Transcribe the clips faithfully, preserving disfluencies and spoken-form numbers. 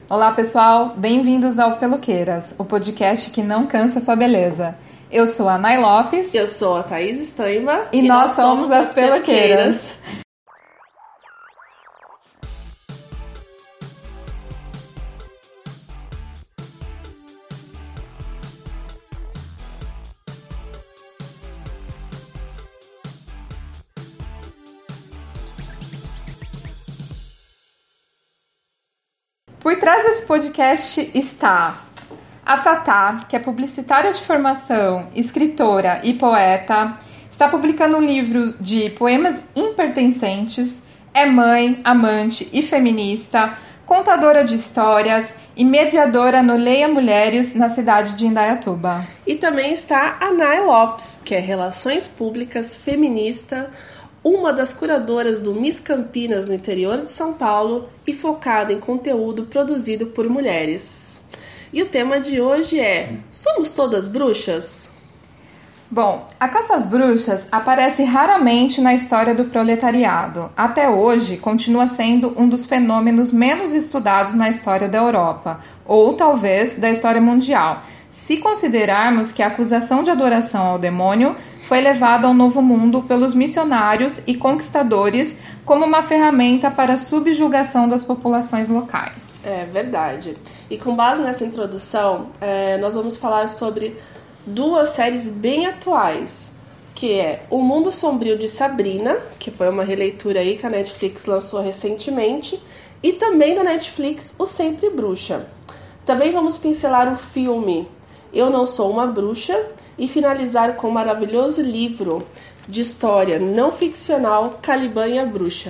Olá pessoal, bem-vindos ao Peloqueiras, o podcast que não cansa sua beleza. Eu sou a Nay Lopes. Eu sou a Thaís Estaima. E, e nós, nós somos as Peloqueiras. Peloqueiras. Por trás desse podcast está a Tatá, que é publicitária de formação, escritora e poeta, está publicando um livro de poemas impertencentes, é mãe, amante e feminista, contadora de histórias e mediadora no Leia Mulheres na cidade de Indaiatuba. E também está a Nay Lopes, que é Relações Públicas, feminista, uma das curadoras do Miss Campinas no interior de São Paulo e focada em conteúdo produzido por mulheres. E o tema de hoje é: somos todas bruxas? Bom, a caça às bruxas aparece raramente na história do proletariado. Até hoje, continua sendo um dos fenômenos menos estudados na história da Europa, ou talvez da história mundial, se considerarmos que a acusação de adoração ao demônio foi levada ao Novo Mundo pelos missionários e conquistadores como uma ferramenta para a subjugação das populações locais. É verdade. E com base nessa introdução, é, nós vamos falar sobre duas séries bem atuais, que é O Mundo Sombrio de Sabrina, que foi uma releitura aí que a Netflix lançou recentemente, e também da Netflix O Sempre Bruxa. Também vamos pincelar o filme Eu Não Sou Uma Bruxa e finalizar com o maravilhoso livro de história não ficcional Caliban e a Bruxa.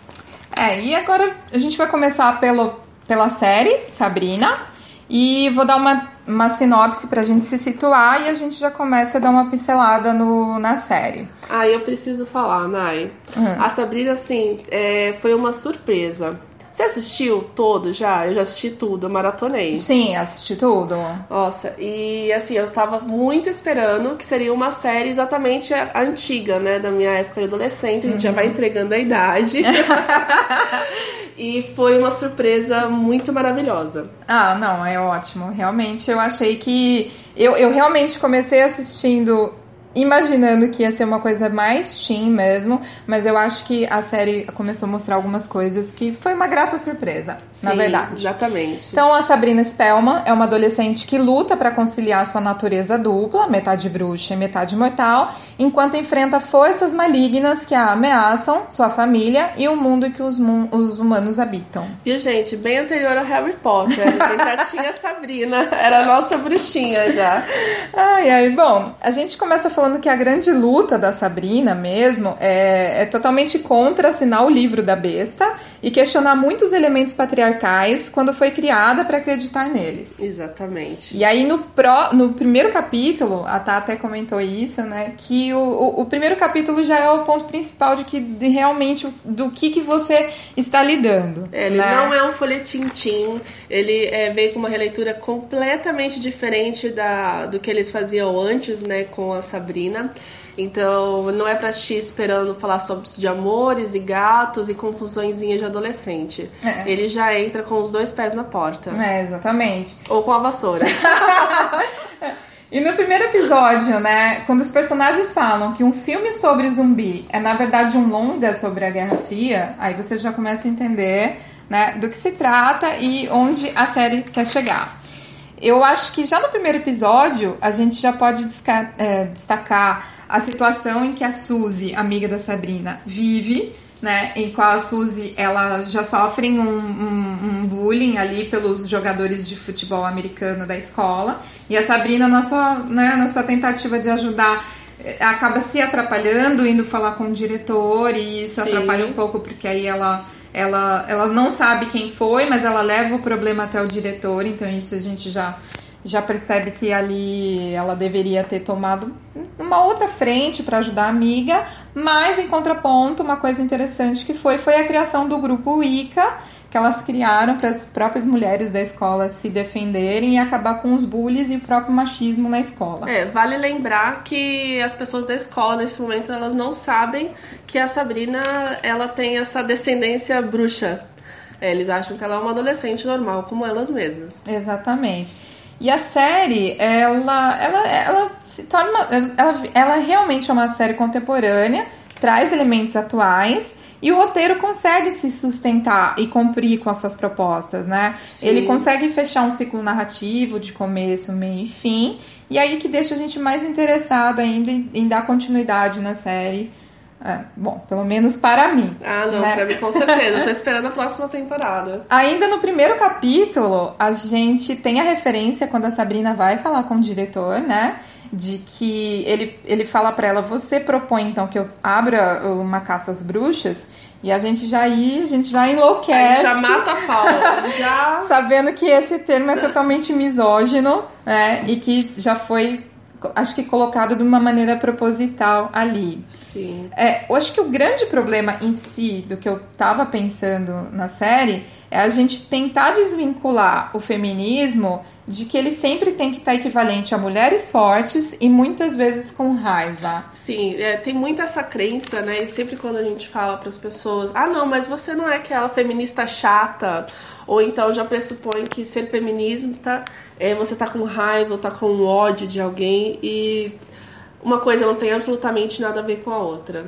É, e agora a gente vai começar pelo, pela série Sabrina e vou dar uma, uma sinopse pra gente se situar e a gente já começa a dar uma pincelada no, na série. Ah, eu preciso falar, Nay. Uhum. A Sabrina, assim, é, foi uma surpresa. Você assistiu todo já? Eu já assisti tudo, eu maratonei. Sim, assisti tudo. Nossa, e assim, eu tava muito esperando que seria uma série exatamente a antiga, né? Da minha época de adolescente, a gente uhum. já vai entregando a idade. E foi uma surpresa muito maravilhosa. Ah, não, é ótimo. Realmente, eu achei que... Eu, eu realmente comecei assistindo imaginando que ia ser uma coisa mais teen mesmo, mas eu acho que a série começou a mostrar algumas coisas que foi uma grata surpresa, Sim, na verdade. Exatamente. Então, a Sabrina Spellman é uma adolescente que luta para conciliar sua natureza dupla, metade bruxa e metade mortal, enquanto enfrenta forças malignas que a ameaçam, sua família e o mundo em que os, os humanos habitam. Viu, gente? Bem anterior ao Harry Potter, a gente já tinha a Sabrina, era a nossa bruxinha já. Ai, ai, bom, a gente começa falando falando que a grande luta da Sabrina mesmo é, é totalmente contra assinar o livro da besta e questionar muitos elementos patriarcais quando foi criada para acreditar neles. Exatamente. E aí no, pro, no primeiro capítulo, a Tá até comentou isso, né, que o, o, o primeiro capítulo já é o ponto principal de que de realmente do que, que você está lidando. É, ele né? não é um folhetim teen, ele é, veio com uma releitura completamente diferente da, do que eles faziam antes, né, com a Sabrina. Então não é pra assistir esperando falar sobre de amores e gatos e confusõezinhas de adolescente. É. Ele já entra com os dois pés na porta. É, exatamente. Ou com a vassoura. E no primeiro episódio, né, quando os personagens falam que um filme sobre zumbi é na verdade um longa sobre a Guerra Fria, aí você já começa a entender, né, do que se trata e onde a série quer chegar. Eu acho que já no primeiro episódio a gente já pode desca- é, destacar a situação em que a Suzy, amiga da Sabrina, vive, né? Em qual a Suzy, ela já sofre um, um, um bullying ali pelos jogadores de futebol americano da escola. E a Sabrina, na sua, né, na sua tentativa de ajudar, acaba se atrapalhando, indo falar com o diretor, e isso Sim. atrapalha um pouco, porque aí ela... Ela, ela não sabe quem foi, mas ela leva o problema até o diretor, então isso a gente já, já percebe que ali ela deveria ter tomado uma outra frente para ajudar a amiga, mas em contraponto, uma coisa interessante que foi, foi a criação do grupo Wicca, que elas criaram para as próprias mulheres da escola se defenderem e acabar com os bullies e o próprio machismo na escola. É, vale lembrar que as pessoas da escola, nesse momento, elas não sabem que a Sabrina, ela tem essa descendência bruxa. É, eles acham que ela é uma adolescente normal, como elas mesmas. Exatamente. E a série, ela, ela, ela se torna uma, ela, ela realmente é uma série contemporânea, traz elementos atuais e o roteiro consegue se sustentar e cumprir com as suas propostas, né? Sim. Ele consegue fechar um ciclo narrativo de começo, meio e fim, e aí que deixa a gente mais interessado ainda em, em dar continuidade na série. É, bom, pelo menos para mim. Ah, não, né? Pra mim com certeza. Eu tô esperando a próxima temporada. Ainda no primeiro capítulo, a gente tem a referência quando a Sabrina vai falar com o diretor, né? De que ele, ele fala pra ela, você propõe então que eu abra uma caça às bruxas, e a gente já aí, a gente já enlouquece. A gente já mata a Paula. Já... Sabendo que esse termo é totalmente misógino, né? E que já foi, acho que colocado de uma maneira proposital ali. Sim. É, eu acho que o grande problema em si do que eu tava pensando na série é a gente tentar desvincular o feminismo de que ele sempre tem que estar equivalente a mulheres fortes e muitas vezes com raiva. Sim, é, tem muito essa crença, né? E sempre quando a gente fala para as pessoas, ah, não, mas você não é aquela feminista chata, ou então já pressupõe que ser feminista é você tá com raiva ou tá com ódio de alguém, e uma coisa não tem absolutamente nada a ver com a outra.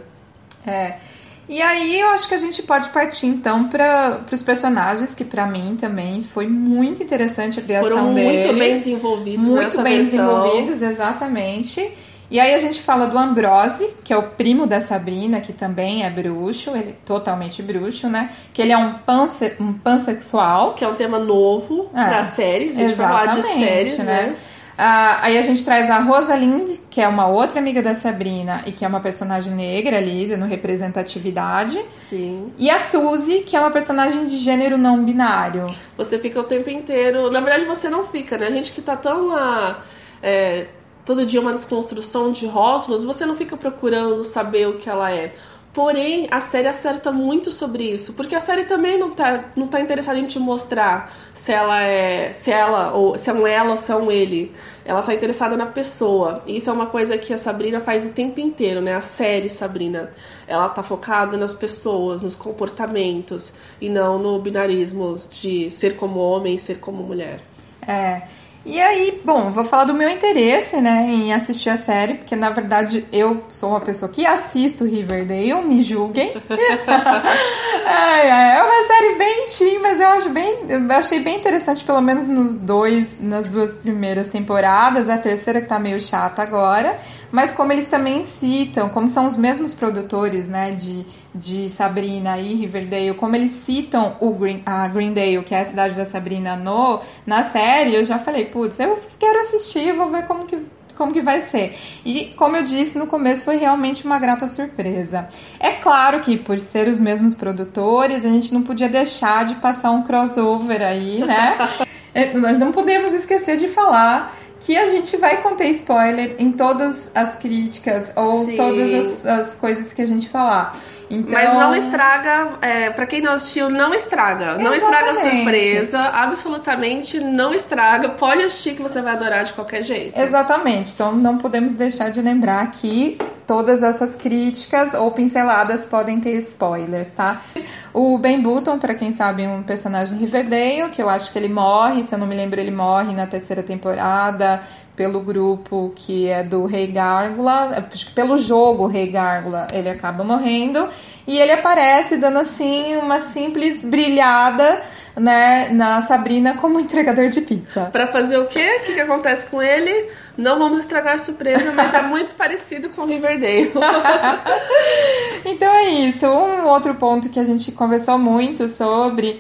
É. E aí eu acho que a gente pode partir então para os personagens, que para mim também foi muito interessante a criação Foram deles. muito bem desenvolvidos Muito nessa bem versão. desenvolvidos, exatamente. E aí a gente fala do Ambrose, que é o primo da Sabrina, que também é bruxo, ele é totalmente bruxo, né? Que ele é um, panse, um pansexual. Que é um tema novo É, pra série, a gente vai falar de séries, né? né? Ah, aí a gente traz a Rosalind, que é uma outra amiga da Sabrina e que é uma personagem negra ali, no representatividade. Sim. E a Suzy, que é uma personagem de gênero não binário. Você fica o tempo inteiro... Na verdade, você não fica, né? A gente que tá tão... Ah, é, todo dia uma desconstrução de rótulos, você não fica procurando saber o que ela é. Porém, a série acerta muito sobre isso, porque a série também não tá, não tá interessada em te mostrar se ela é, se ela, ou se é um ela ou se é um ele. Ela tá interessada na pessoa. E isso é uma coisa que a Sabrina faz o tempo inteiro, né? A série Sabrina, ela tá focada nas pessoas, nos comportamentos, e não no binarismo de ser como homem e ser como mulher. É... E aí, bom, vou falar do meu interesse, né, em assistir a série, porque na verdade eu sou uma pessoa que assisto Riverdale, me julguem. é, é uma série bem teen, mas eu acho bem, eu achei bem interessante, pelo menos nos dois, nas duas primeiras temporadas, a terceira que tá meio chata agora, mas como eles também citam, como são os mesmos produtores, né, de, de Sabrina e Riverdale, como eles citam o Green, a Greendale, que é a cidade da Sabrina, no, na série, eu já falei, putz, eu quero assistir, vou ver como que, como que vai ser. E, como eu disse no começo, foi realmente uma grata surpresa. É claro que, por ser os mesmos produtores, a gente não podia deixar de passar um crossover aí, né? Nós não podemos esquecer de falar que a gente vai conter spoiler em todas as críticas ou Sim. todas as, as coisas que a gente falar. Então... Mas não estraga, é, pra quem não assistiu, não estraga. Não Exatamente. Estraga a surpresa, absolutamente não estraga. Pode assistir que você vai adorar de qualquer jeito. Exatamente, então não podemos deixar de lembrar que todas essas críticas ou pinceladas podem ter spoilers, tá? O Ben Button, pra quem sabe, é um personagem Riverdale, que eu acho que ele morre, se eu não me lembro, ele morre na terceira temporada pelo grupo que é do Rei Gárgula, acho que pelo jogo Rei Gárgula ele acaba morrendo, e ele aparece dando assim uma simples brilhada, né, na Sabrina como entregador de pizza. Pra fazer o quê? O que, que acontece com ele? Não vamos estragar a surpresa, mas é muito parecido com Riverdale. Então é isso. Um outro ponto que a gente conversou muito sobre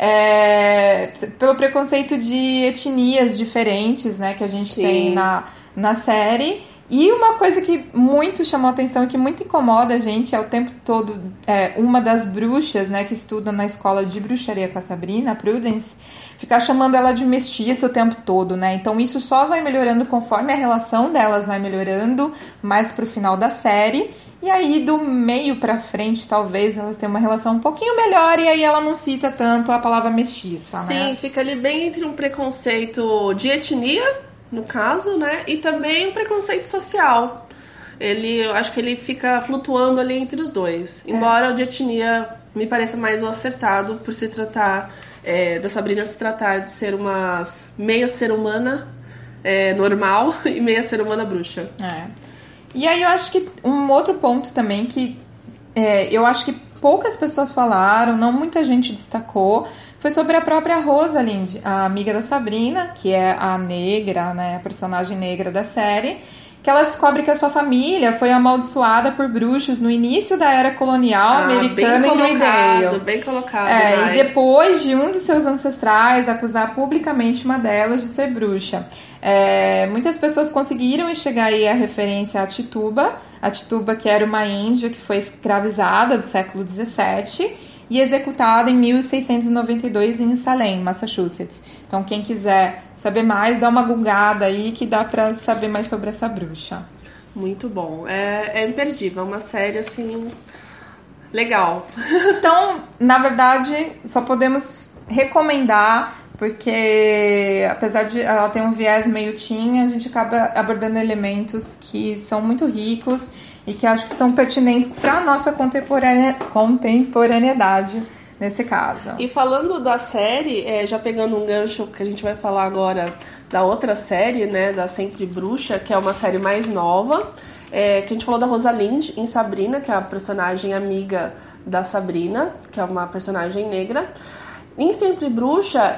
é pelo preconceito de etnias diferentes, né, que a gente Sim. tem na, na série. E uma coisa que muito chamou a atenção e que muito incomoda a gente é o tempo todo é, uma das bruxas, né, que estuda na escola de bruxaria com a Sabrina, a Prudence, ficar chamando ela de mestiça o tempo todo, né? Então isso só vai melhorando conforme a relação delas vai melhorando mais pro final da série. E aí do meio pra frente, talvez, elas tenham uma relação um pouquinho melhor e aí ela não cita tanto a palavra mestiça, Sim, né? Sim, fica ali bem entre um preconceito de etnia, no caso, né? E também um preconceito social. Ele, eu acho que ele fica flutuando ali entre os dois. Embora é. o de etnia me parece mais o acertado por se tratar, é, da Sabrina se tratar de ser uma meia ser humana é, normal e meia ser humana bruxa. É. E aí eu acho que um outro ponto também que é, eu acho que poucas pessoas falaram, não muita gente destacou, foi sobre a própria Rosalind, a amiga da Sabrina, que é a negra, né, a personagem negra da série, que ela descobre que a sua família foi amaldiçoada por bruxos no início da era colonial ah, americana em Greendale. Bem colocado, é, e depois de um de seus ancestrais acusar publicamente uma delas de ser bruxa. É, muitas pessoas conseguiram enxergar aí a referência a Tituba, a Tituba que era uma índia que foi escravizada do século dezessete e executada em mil seiscentos e noventa e dois em Salem, Massachusetts. Então, quem quiser saber mais, dá uma googada aí que dá pra saber mais sobre essa bruxa. Muito bom. É, é imperdível, é uma série, assim, legal. Então, na verdade, só podemos recomendar, porque apesar de ela ter um viés meio teen, a gente acaba abordando elementos que são muito ricos e que acho que são pertinentes para a nossa contemporânea, contemporaneidade nesse caso. E falando da série, é, já pegando um gancho que a gente vai falar agora da outra série, né, da Sempre Bruxa, que é uma série mais nova, é, que a gente falou da Rosalind em Sabrina, que é a personagem amiga da Sabrina, que é uma personagem negra. Em Sempre Bruxa,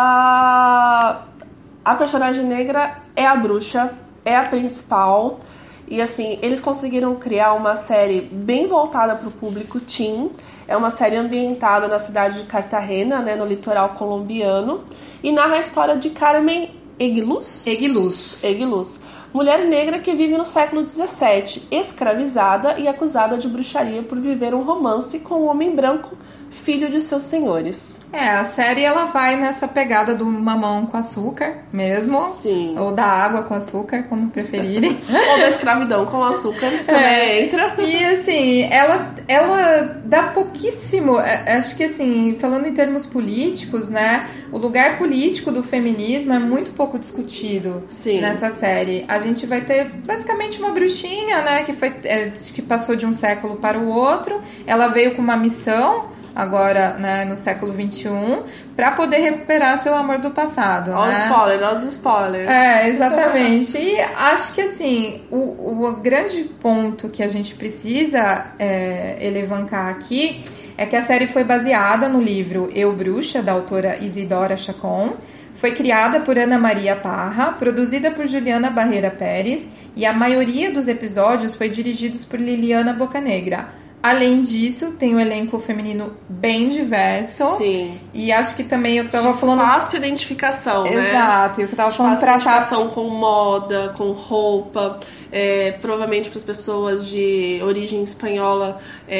ela... a personagem negra é a bruxa, é a principal. E assim, eles conseguiram criar uma série bem voltada para o público teen. É uma série ambientada na cidade de Cartagena, né, no litoral colombiano. E narra a história de Carmen Eguiluz. Eguiluz. Eguiluz. Mulher negra que vive no século dezessete, escravizada e acusada de bruxaria por viver um romance com um homem branco, filho de seus senhores. É, a série ela vai nessa pegada do mamão com açúcar mesmo. Sim. Ou da água com açúcar, como preferirem. Ou da escravidão com açúcar, também é. entra. E assim, ela, ela dá pouquíssimo, acho que assim, falando em termos políticos, né, o lugar político do feminismo é muito pouco discutido. Sim. Nessa série. A gente vai ter basicamente uma bruxinha, né, que, foi, é, que passou de um século para o outro. Ela veio com uma missão, agora, né, no século vinte e um, para poder recuperar seu amor do passado. Olha né? os spoilers, olha os spoilers. É, exatamente. E acho que, assim, o, o grande ponto que a gente precisa é, elevancar aqui é que a série foi baseada no livro Eu, Bruxa, da autora Isidora Chacon. Foi criada por Ana Maria Parra, produzida por Juliana Barreira Pérez, e a maioria dos episódios foi dirigidos por Liliana Bocanegra. Além disso, tem um elenco feminino bem diverso. Sim. E acho que também eu tava de falando... fácil identificação, né? Exato. E o que eu tava de falando fácil pra identificação com moda, com roupa. É, provavelmente para as pessoas de origem espanhola,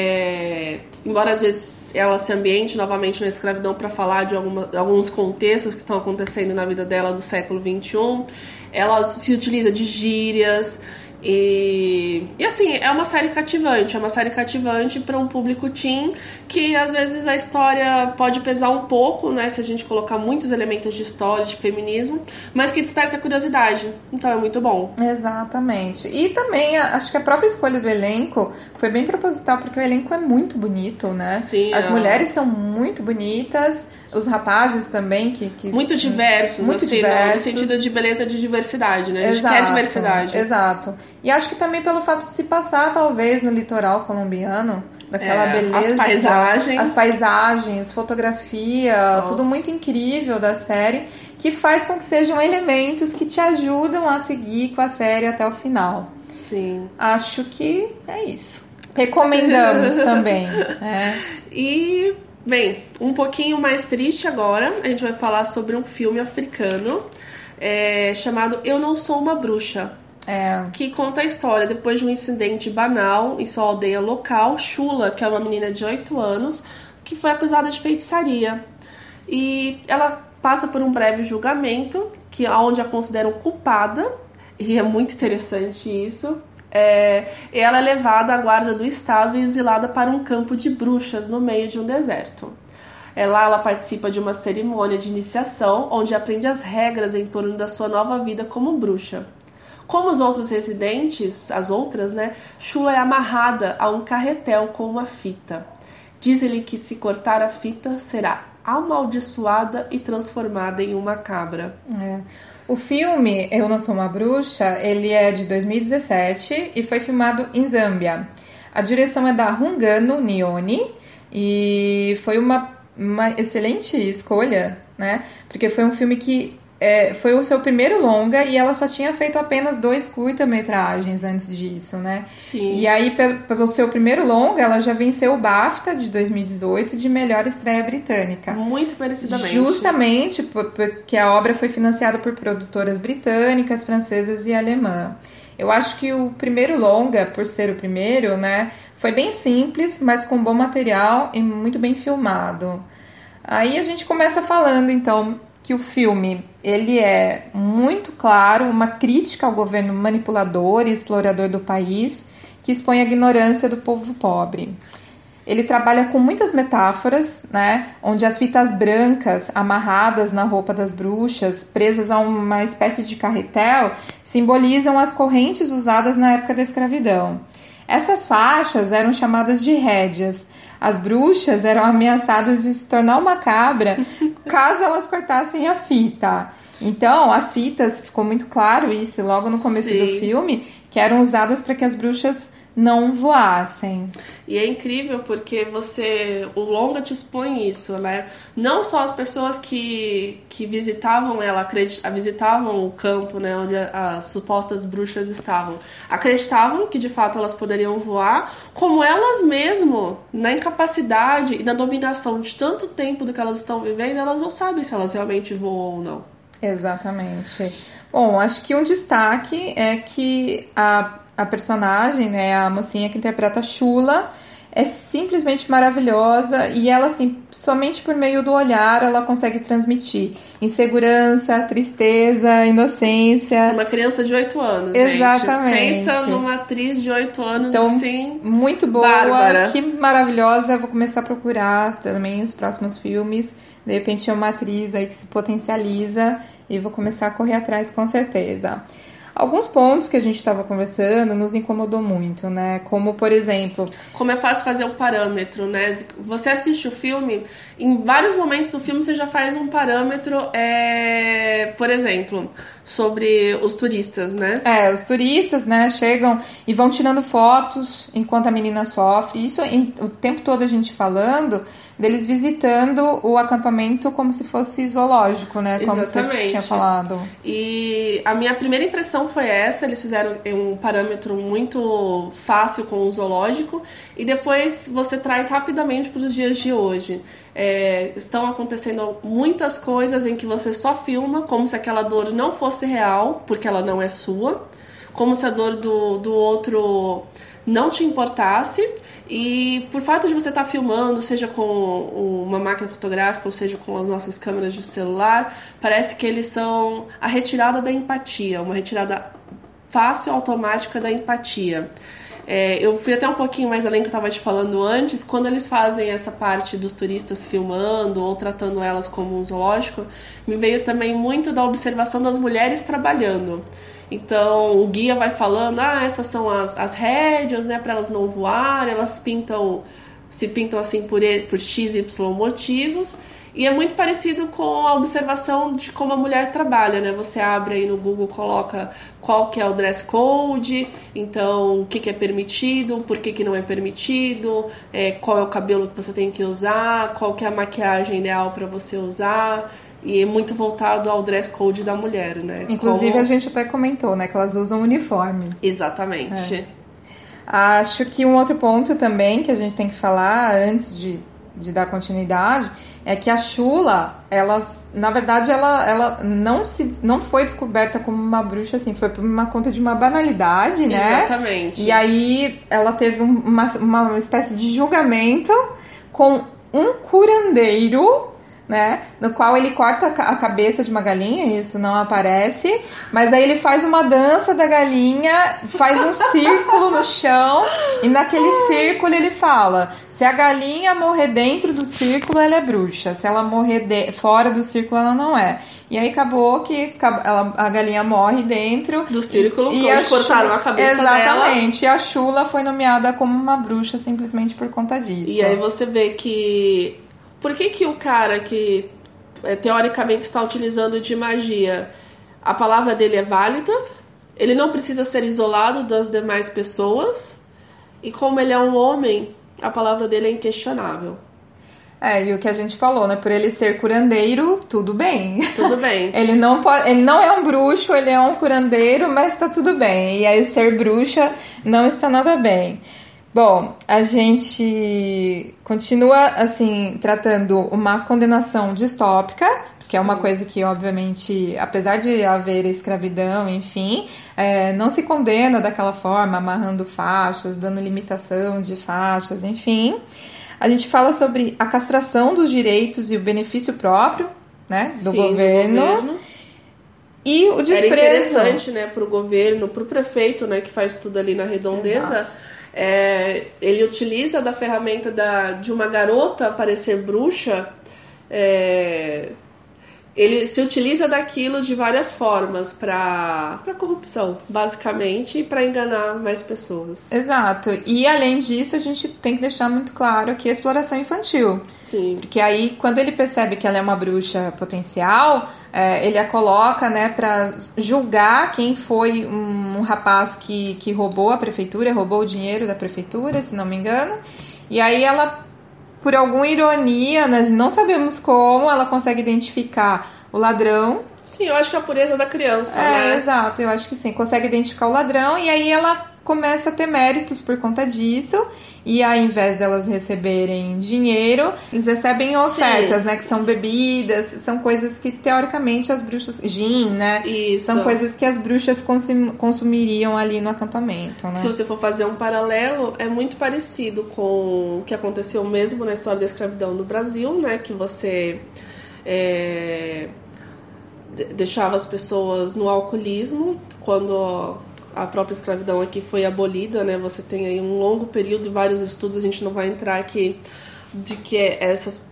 é, embora às vezes ela se ambiente novamente na escravidão para falar de alguma, alguns contextos que estão acontecendo na vida dela do século vinte e um, ela se utiliza de gírias. E, e assim, é uma série cativante, é uma série cativante para um público teen, que às vezes a história pode pesar um pouco, né, se a gente colocar muitos elementos de história, de feminismo, mas que desperta curiosidade, então é muito bom. Exatamente. E também, acho que a própria escolha do elenco foi bem proposital, porque o elenco é muito bonito, né? Sim, as é. mulheres são muito bonitas, os rapazes também, que... que muito diversos, muito assim, diversos. No sentido de beleza de diversidade, né? A gente exato, quer diversidade. Exato. E acho que também pelo fato de se passar, talvez, no litoral colombiano, daquela é, beleza. As paisagens. As paisagens, fotografia, Nossa. tudo muito incrível da série, que faz com que sejam elementos que te ajudam a seguir com a série até o final. Sim. Acho que é isso. Recomendamos também. É. E... Bem, um pouquinho mais triste agora, a gente vai falar sobre um filme africano é, chamado Eu Não Sou Uma Bruxa, é. que conta a história depois de um incidente banal em sua aldeia local, Shula, que é uma menina de oito anos, que foi acusada de feitiçaria. E ela passa por um breve julgamento, que, onde a consideram culpada, e é muito interessante isso. É, ela é levada à guarda do estado e exilada para um campo de bruxas no meio de um deserto. É, lá ela participa de uma cerimônia de iniciação, onde aprende as regras em torno da sua nova vida como bruxa. Como os outros residentes, as outras, né, Shula é amarrada a um carretel com uma fita. Diz-lhe que se cortar a fita, será amaldiçoada e transformada em uma cabra. É. O filme Eu Não Sou Uma Bruxa, ele é de dois mil e dezessete e foi filmado em Zâmbia. A direção é da Rungano Nioni e foi uma, uma excelente escolha, né? Porque foi um filme que é, foi o seu primeiro longa e ela só tinha feito apenas dois curta-metragens antes disso, né? Sim. E aí, pelo, pelo seu primeiro longa, ela já venceu o BAFTA de dois mil e dezoito de melhor estreia britânica. Muito merecidamente. Justamente porque a obra foi financiada por produtoras britânicas, francesas e alemã. Eu acho que o primeiro longa, por ser o primeiro, né, foi bem simples, mas com bom material e muito bem filmado. Aí a gente começa falando, então, que o filme ele é muito claro, uma crítica ao governo manipulador e explorador do país, que expõe a ignorância do povo pobre. Ele trabalha com muitas metáforas, né, onde as fitas brancas amarradas na roupa das bruxas, presas a uma espécie de carretel, simbolizam as correntes usadas na época da escravidão. Essas faixas eram chamadas de rédeas. As bruxas eram ameaçadas de se tornar uma cabra caso elas cortassem a fita. Então, as fitas, ficou muito claro isso logo no começo Sim. do filme, que eram usadas para que as bruxas não voassem. E é incrível porque você, o longa te expõe isso, né? Não só as pessoas que, que visitavam ela, acredit, visitavam o campo, né, onde as supostas bruxas estavam, acreditavam que de fato elas poderiam voar, como elas mesmo, na incapacidade e na dominação de tanto tempo do que elas estão vivendo, elas não sabem se elas realmente voam ou não. Exatamente. Bom, acho que um destaque é que a A personagem, né, a mocinha que interpreta a Shula, é simplesmente maravilhosa e ela, assim, somente por meio do olhar ela consegue transmitir insegurança, tristeza, inocência. Uma criança de oito anos, Exatamente. Gente. Pensa numa atriz de oito anos, então, assim, muito boa, bárbara. Que maravilhosa. Vou começar a procurar também os próximos filmes. De repente é uma atriz aí que se potencializa e vou começar a correr atrás com certeza. Alguns pontos que a gente estava conversando nos incomodou muito, né? Como, por exemplo... Como é fácil fazer um parâmetro, né? Você assiste o filme, em vários momentos do filme você já faz um parâmetro, é... por exemplo, sobre os turistas, né? É, os turistas, né, chegam e vão tirando fotos enquanto a menina sofre. Isso em, o tempo todo a gente falando deles visitando o acampamento como se fosse zoológico, né? Como Exatamente. Você tinha falado. E a minha primeira impressão foi essa, eles fizeram um parâmetro muito fácil com o zoológico e depois você traz rapidamente para os dias de hoje. É, estão acontecendo muitas coisas em que você só filma como se aquela dor não fosse real, porque ela não é sua, como se a dor do, do outro não te importasse. E por fato de você estar filmando, seja com uma máquina fotográfica ou seja com as nossas câmeras de celular, parece que eles são a retirada da empatia, uma retirada fácil, automática da empatia. É, eu fui até um pouquinho mais além que eu estava te falando antes, quando eles fazem essa parte dos turistas filmando ou tratando elas como um zoológico, me veio também muito da observação das mulheres trabalhando. Então o guia vai falando, ah, essas são as, as rédeas, né, para elas não voarem, elas pintam, se pintam assim por, por X Y motivos. E é muito parecido com a observação de como a mulher trabalha, né? Você abre aí no Google, coloca qual que é o dress code, então o que, que é permitido, por que, que não é permitido, é, qual é o cabelo que você tem que usar, qual que é a maquiagem ideal para você usar. E é muito voltado ao dress code da mulher, né? Inclusive como... a gente até comentou, né? Que elas usam uniforme. Exatamente. É. Acho que um outro ponto também que a gente tem que falar antes de, de dar continuidade é que a Shula, ela, na verdade, ela, ela não, se, não foi descoberta como uma bruxa, assim, foi por uma conta de uma banalidade, né? Exatamente. E aí ela teve uma, uma espécie de julgamento com um curandeiro né? No qual ele corta a cabeça de uma galinha, isso não aparece, mas aí ele faz uma dança da galinha, faz um círculo no chão, e naquele círculo ele fala: se a galinha morrer dentro do círculo, ela é bruxa, se ela morrer de... fora do círculo, ela não é. E aí acabou que ela, a galinha morre dentro do círculo, e, e onde cortaram a cabeça exatamente, dela. Exatamente, e a Shula foi nomeada como uma bruxa simplesmente por conta disso. E aí você vê que... Por que que o cara que é, teoricamente está utilizando de magia, a palavra dele é válida, ele não precisa ser isolado das demais pessoas, e como ele é um homem, a palavra dele é inquestionável. É, e o que a gente falou, né? Por ele ser curandeiro, tudo bem. Tudo bem. ele, não pode, ele não é um bruxo, ele é um curandeiro, mas tá tudo bem. E aí ser bruxa não está nada bem. Bom, a gente continua, assim, tratando uma condenação distópica, que Sim. é uma coisa que, obviamente, apesar de haver escravidão, enfim, é, não se condena daquela forma, amarrando faixas, dando limitação de faixas, enfim. A gente fala sobre a castração dos direitos e o benefício próprio, né, do Sim, governo. Do governo. E o desprezo. Era interessante, né, pro governo, pro prefeito, né, que faz tudo ali na redondeza. É, ele utiliza da ferramenta da, de uma garota parecer bruxa. É, ele se utiliza daquilo de várias formas para para corrupção, basicamente, e para enganar mais pessoas. Exato. E além disso, a gente tem que deixar muito claro que é exploração infantil. Sim. Porque aí, quando ele percebe que ela é uma bruxa potencial, é, ele a coloca, né, para julgar quem foi um, um rapaz que, que roubou a prefeitura, roubou o dinheiro da prefeitura, se não me engano. E aí ela, por alguma ironia, nós não sabemos como, ela consegue identificar o ladrão. Sim, eu acho que é a pureza da criança, é, né? Exato, eu acho que sim. Consegue identificar o ladrão e aí ela começa a ter méritos por conta disso. E ao invés delas receberem dinheiro, eles recebem ofertas, sim. né? Que são bebidas, são coisas que teoricamente as bruxas... Gin, né? Isso. São coisas que as bruxas consum, consumiriam ali no acampamento, né? Se você for fazer um paralelo, é muito parecido com o que aconteceu mesmo na história da escravidão no Brasil, né? Que você é, deixava as pessoas no alcoolismo quando a própria escravidão aqui foi abolida, né? Você tem aí um longo período, vários estudos, a gente não vai entrar aqui, de que, essas,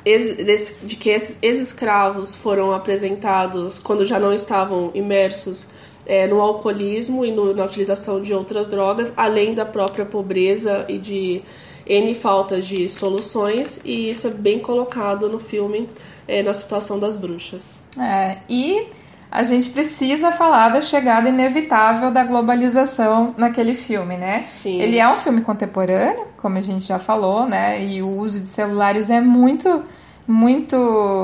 de que esses ex-escravos foram apresentados quando já não estavam imersos é, no alcoolismo e no, na utilização de outras drogas, além da própria pobreza e de N faltas de soluções, e isso é bem colocado no filme, é, na situação das bruxas. É, e a gente precisa falar da chegada inevitável da globalização naquele filme, né? Sim. Ele é um filme contemporâneo, como a gente já falou, né? E o uso de celulares é muito, muito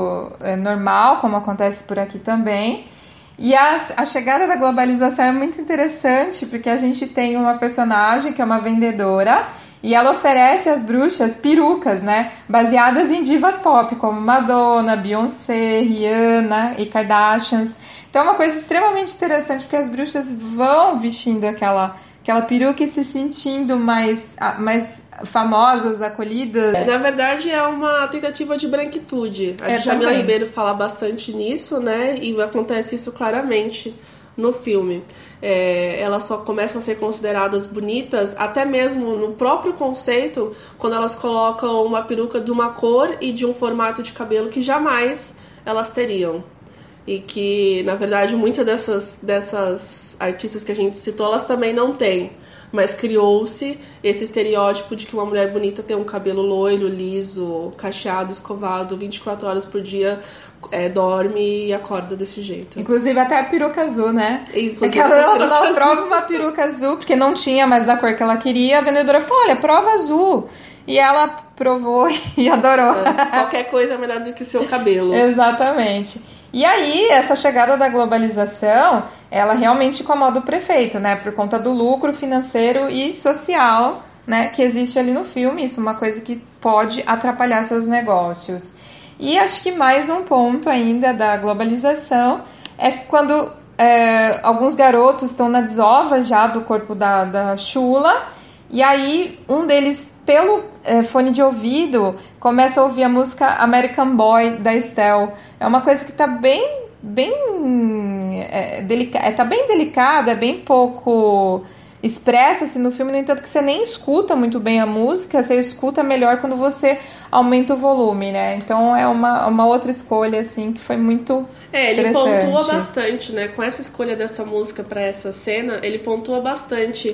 é, normal, como acontece por aqui também. E a, a chegada da globalização é muito interessante, porque a gente tem uma personagem que é uma vendedora e ela oferece às bruxas perucas, né? Baseadas em divas pop, como Madonna, Beyoncé, Rihanna e Kardashians. Então é uma coisa extremamente interessante, porque as bruxas vão vestindo aquela, aquela peruca e se sentindo mais, mais famosas, acolhidas. Na verdade, é uma tentativa de branquitude. A é, Jamila Ribeiro fala bastante nisso, né? E acontece isso claramente no filme. É, elas só começam a ser consideradas bonitas, até mesmo no próprio conceito, quando elas colocam uma peruca de uma cor e de um formato de cabelo que jamais elas teriam. E que, na verdade, muitas dessas, dessas artistas que a gente citou, elas também não têm. Mas criou-se esse estereótipo de que uma mulher bonita tem um cabelo loiro, liso, cacheado, escovado, vinte e quatro horas por dia, é, dorme e acorda desse jeito. Inclusive até a peruca azul, né? Inclusive ela, a ela, ela prova uma peruca azul, porque não tinha mais a cor que ela queria, a vendedora falou, olha, prova azul. E ela provou e adorou. É, qualquer coisa é melhor do que o seu cabelo. Exatamente. E aí, essa chegada da globalização, ela realmente incomoda o prefeito, né? Por conta do lucro financeiro e social, né, que existe ali no filme. Isso é uma coisa que pode atrapalhar seus negócios. E acho que mais um ponto ainda da globalização é quando é, alguns garotos estão na desova já do corpo da, da Shula E aí, um deles, pelo é, fone de ouvido, começa a ouvir a música American Boy, da Estelle. É uma coisa que tá bem, bem, é, delica- é, tá bem delicada, bem pouco expressa assim, no filme, no entanto que você nem escuta muito bem a música, você escuta melhor quando você aumenta o volume, né? Então é uma, uma outra escolha, assim, que foi muito É, ele interessante. pontua bastante, né? Com essa escolha dessa música para essa cena, ele pontua bastante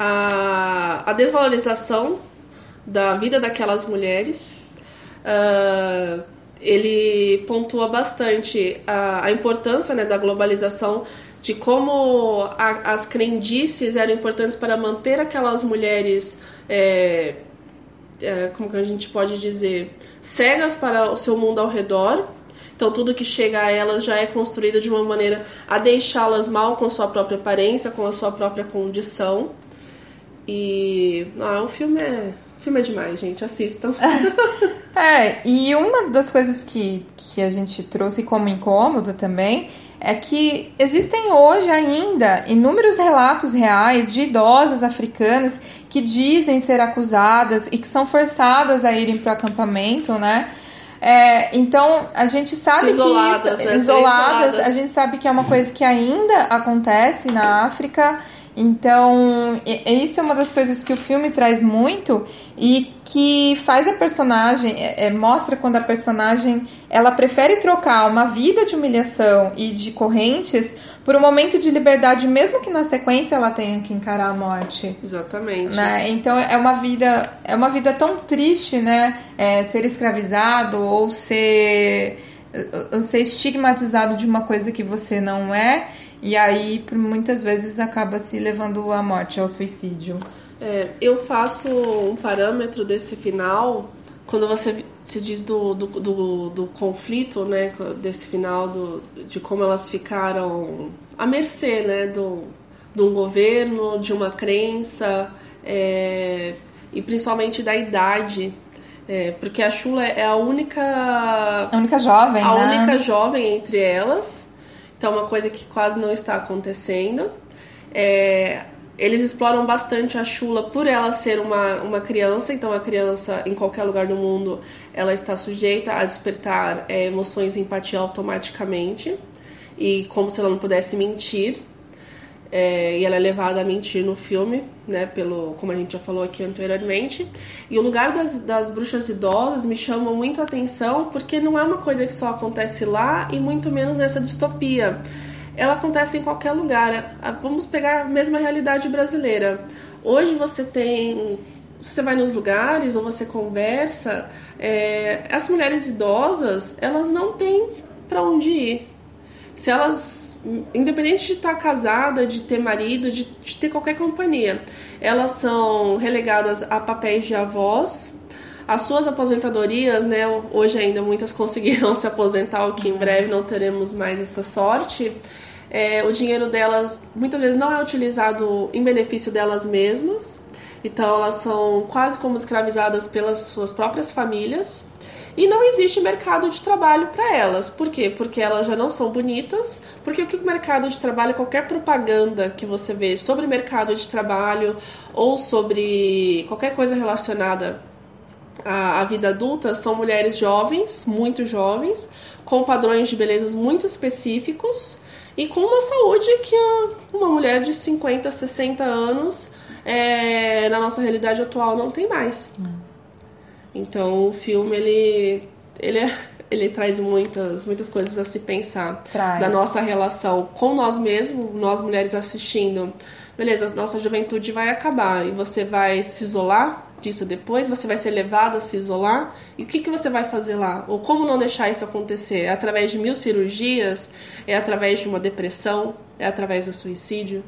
a, a desvalorização da vida daquelas mulheres. Uh, ele pontua bastante a, a importância, né, da globalização, de como a, as crendices eram importantes para manter aquelas mulheres, é, é, como que a gente pode dizer, cegas para o seu mundo ao redor. Então tudo que chega a elas já é construído de uma maneira a deixá-las mal com sua própria aparência, com a sua própria condição. E ah, o filme é, o filme é demais, gente, assistam. É, e uma das coisas que, que a gente trouxe como incômodo também é que existem hoje ainda inúmeros relatos reais de idosas africanas que dizem ser acusadas e que são forçadas a irem para o acampamento, né? É, então, a gente sabe isoladas, que isso... Né? Isoladas, isoladas, a gente sabe que é uma coisa que ainda acontece na África. Então, isso é uma das coisas que o filme traz muito e que faz a personagem, é, mostra quando a personagem ela prefere trocar uma vida de humilhação e de correntes por um momento de liberdade, mesmo que na sequência ela tenha que encarar a morte. Exatamente. Né? Então é uma vida, é uma vida tão triste, né? É, ser escravizado ou ser, ou ser estigmatizado de uma coisa que você não é. E aí, por muitas vezes, acaba se levando à morte, ao suicídio. É, eu faço um parâmetro desse final, quando você se diz do, do, do, do conflito, né, desse final, do, de como elas ficaram à mercê, né, do, de um governo, de uma crença, é, e principalmente da idade. É, porque a Shula é a única... A única jovem, a né? única jovem entre elas. Então, é uma coisa que quase não está acontecendo. É, eles exploram bastante a Shula por ela ser uma, uma criança. Então, a criança, em qualquer lugar do mundo, ela está sujeita a despertar é, emoções e empatia automaticamente. E como se ela não pudesse mentir. É, e ela é levada a mentir no filme, né, pelo, como a gente já falou aqui anteriormente. E o lugar das, das bruxas idosas me chama muito a atenção, porque não é uma coisa que só acontece lá e muito menos nessa distopia. Ela acontece em qualquer lugar. Vamos pegar a mesma realidade brasileira. Hoje você tem... Você vai nos lugares ou você conversa, é, as mulheres idosas, elas não têm para onde ir. Se elas, independente de estar casada, de ter marido, de, de ter qualquer companhia, elas são relegadas a papéis de avós. As suas aposentadorias, né, hoje ainda muitas conseguiram se aposentar, o que em breve não teremos mais essa sorte. É, o dinheiro delas muitas vezes não é utilizado em benefício delas mesmas, então elas são quase como escravizadas pelas suas próprias famílias. E não existe mercado de trabalho para elas. Por quê? Porque elas já não são bonitas. Porque o que o mercado de trabalho, qualquer propaganda que você vê sobre mercado de trabalho ou sobre qualquer coisa relacionada à, à vida adulta, são mulheres jovens, muito jovens, com padrões de beleza muito específicos e com uma saúde que uma mulher de cinquenta, sessenta anos, é, na nossa realidade atual, não tem mais. Hum. Então, o filme, ele, ele, é, ele traz muitas, muitas coisas a se pensar. Traz. Da nossa relação com nós mesmos, nós mulheres assistindo. Beleza, a nossa juventude vai acabar e você vai se isolar disso depois, você vai ser levado a se isolar. E o que, que você vai fazer lá? Ou como não deixar isso acontecer? É através de mil cirurgias? É através de uma depressão? É através do suicídio?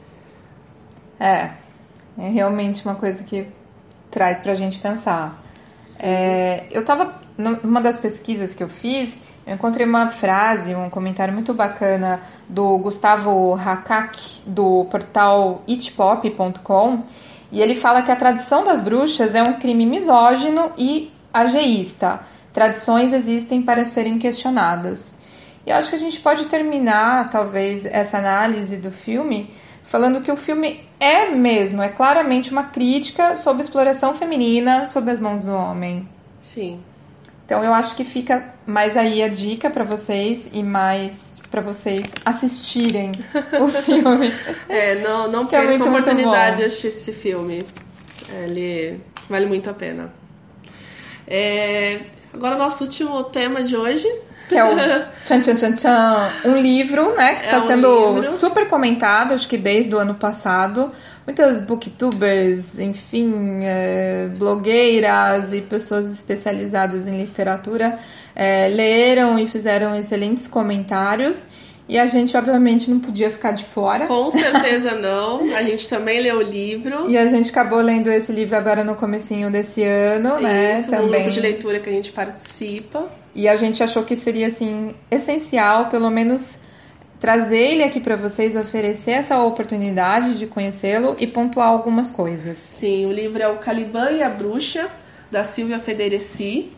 É, é realmente uma coisa que traz pra gente pensar. É, eu tava, numa das pesquisas que eu fiz, eu encontrei uma frase, um comentário muito bacana do Gustavo Hakak, do portal it pop ponto com, e ele fala que a tradição das bruxas é um crime misógino e ageísta. Tradições existem para serem questionadas. E eu acho que a gente pode terminar, talvez, essa análise do filme falando que o filme é mesmo, é claramente uma crítica sobre a exploração feminina sob as mãos do homem. Sim. Então eu acho que fica mais aí a dica para vocês e mais para vocês assistirem o filme. É, não, não percam é a oportunidade de assistir esse filme. Ele vale muito a pena. É, agora o nosso último tema de hoje. Que é o tchan, tchan, tchan, tchan, um livro, né, que está é um sendo livro. super comentado, acho que desde o ano passado. Muitas booktubers, enfim, é, blogueiras e pessoas especializadas em literatura é, leram e fizeram excelentes comentários. E a gente, obviamente, não podia ficar de fora. Com certeza não. A gente também leu o livro. E a gente acabou lendo esse livro agora no comecinho desse ano, né? Isso, também. no grupo de leitura que a gente participa. E a gente achou que seria, assim, essencial, pelo menos, trazer ele aqui para vocês, oferecer essa oportunidade de conhecê-lo e pontuar algumas coisas. Sim, o livro é O Caliban e a Bruxa, da Silvia Federici.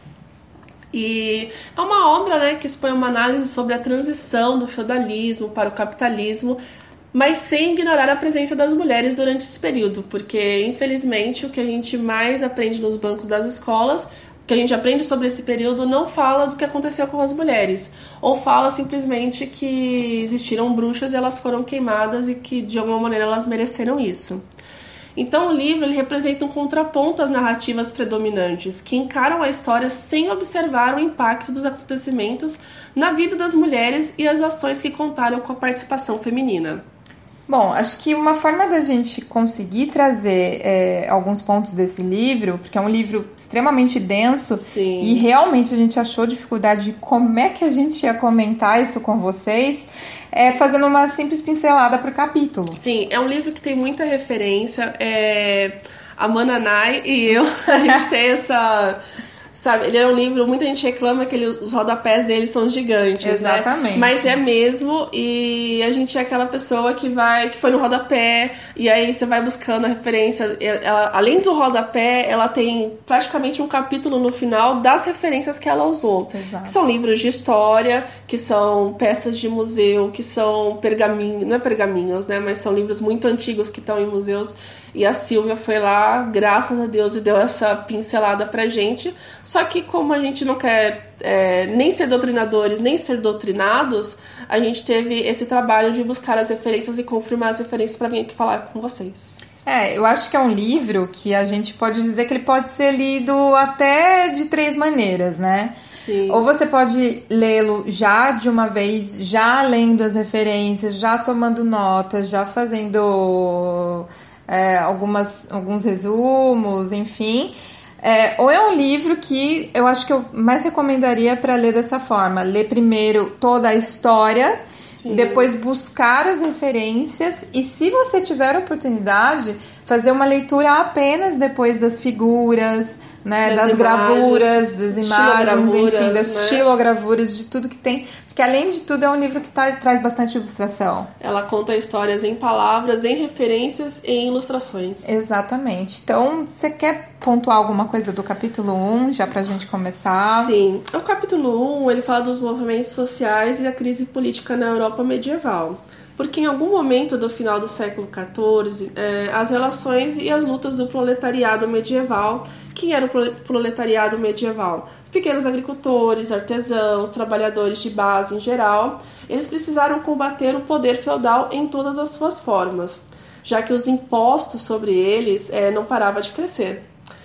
E é uma obra, né, que expõe uma análise sobre a transição do feudalismo para o capitalismo, mas sem ignorar a presença das mulheres durante esse período, porque, infelizmente, o que a gente mais aprende nos bancos das escolas, o que a gente aprende sobre esse período, não fala do que aconteceu com as mulheres, ou fala simplesmente que existiram bruxas e elas foram queimadas e que, de alguma maneira, elas mereceram isso. Então o livro ele representa um contraponto às narrativas predominantes, que encaram a história sem observar o impacto dos acontecimentos na vida das mulheres e as ações que contaram com a participação feminina. Bom, acho que uma forma da gente conseguir trazer é, alguns pontos desse livro, porque é um livro extremamente denso, Sim. E realmente a gente achou dificuldade de como é que a gente ia comentar isso com vocês, é, fazendo uma simples pincelada por capítulo. Sim, é um livro que tem muita referência. É, a Mananai e eu, a gente tem essa... Sabe, ele é um livro, muita gente reclama que ele, os rodapés dele são gigantes, Exatamente. Né? Mas é mesmo, e a gente é aquela pessoa que vai, que foi no rodapé, e aí você vai buscando a referência, ela, além do rodapé, ela tem praticamente um capítulo no final das referências que ela usou. Exato. Que são livros de história, que são peças de museu, que são pergaminhos, não é pergaminhos, né? Mas são livros muito antigos que estão em museus. E a Silvia foi lá, graças a Deus, e deu essa pincelada pra gente. Só que como a gente não quer é, nem ser doutrinadores, nem ser doutrinados, a gente teve esse trabalho de buscar as referências e confirmar as referências para vir aqui falar com vocês. É, eu acho que é um livro que a gente pode dizer que ele pode ser lido até de três maneiras, né? Sim. Ou você pode lê-lo já de uma vez, já lendo as referências, já tomando notas, já fazendo... É, algumas, alguns resumos, enfim. É, ou é um livro que eu acho que eu mais recomendaria para ler dessa forma. Ler primeiro toda a história, Sim. depois buscar as referências e, se você tiver oportunidade, fazer uma leitura apenas depois das figuras, né, das, das gravuras, das imagens, enfim, das né? estilogravuras, de tudo que tem. Porque, além de tudo, é um livro que tá, traz bastante ilustração. Ela conta histórias em palavras, em referências e em ilustrações. Exatamente. Então, você quer pontuar alguma coisa do capítulo um, já pra gente começar? Sim. O capítulo um, ele fala dos movimentos sociais e a crise política na Europa medieval. Porque em algum momento do final do século quatorze, eh, as relações e as lutas do proletariado medieval. Quem era o proletariado medieval? Os pequenos agricultores, artesãos, trabalhadores de base em geral, eles precisaram combater o poder feudal em todas as suas formas, já que os impostos sobre eles eh, não paravam de crescer.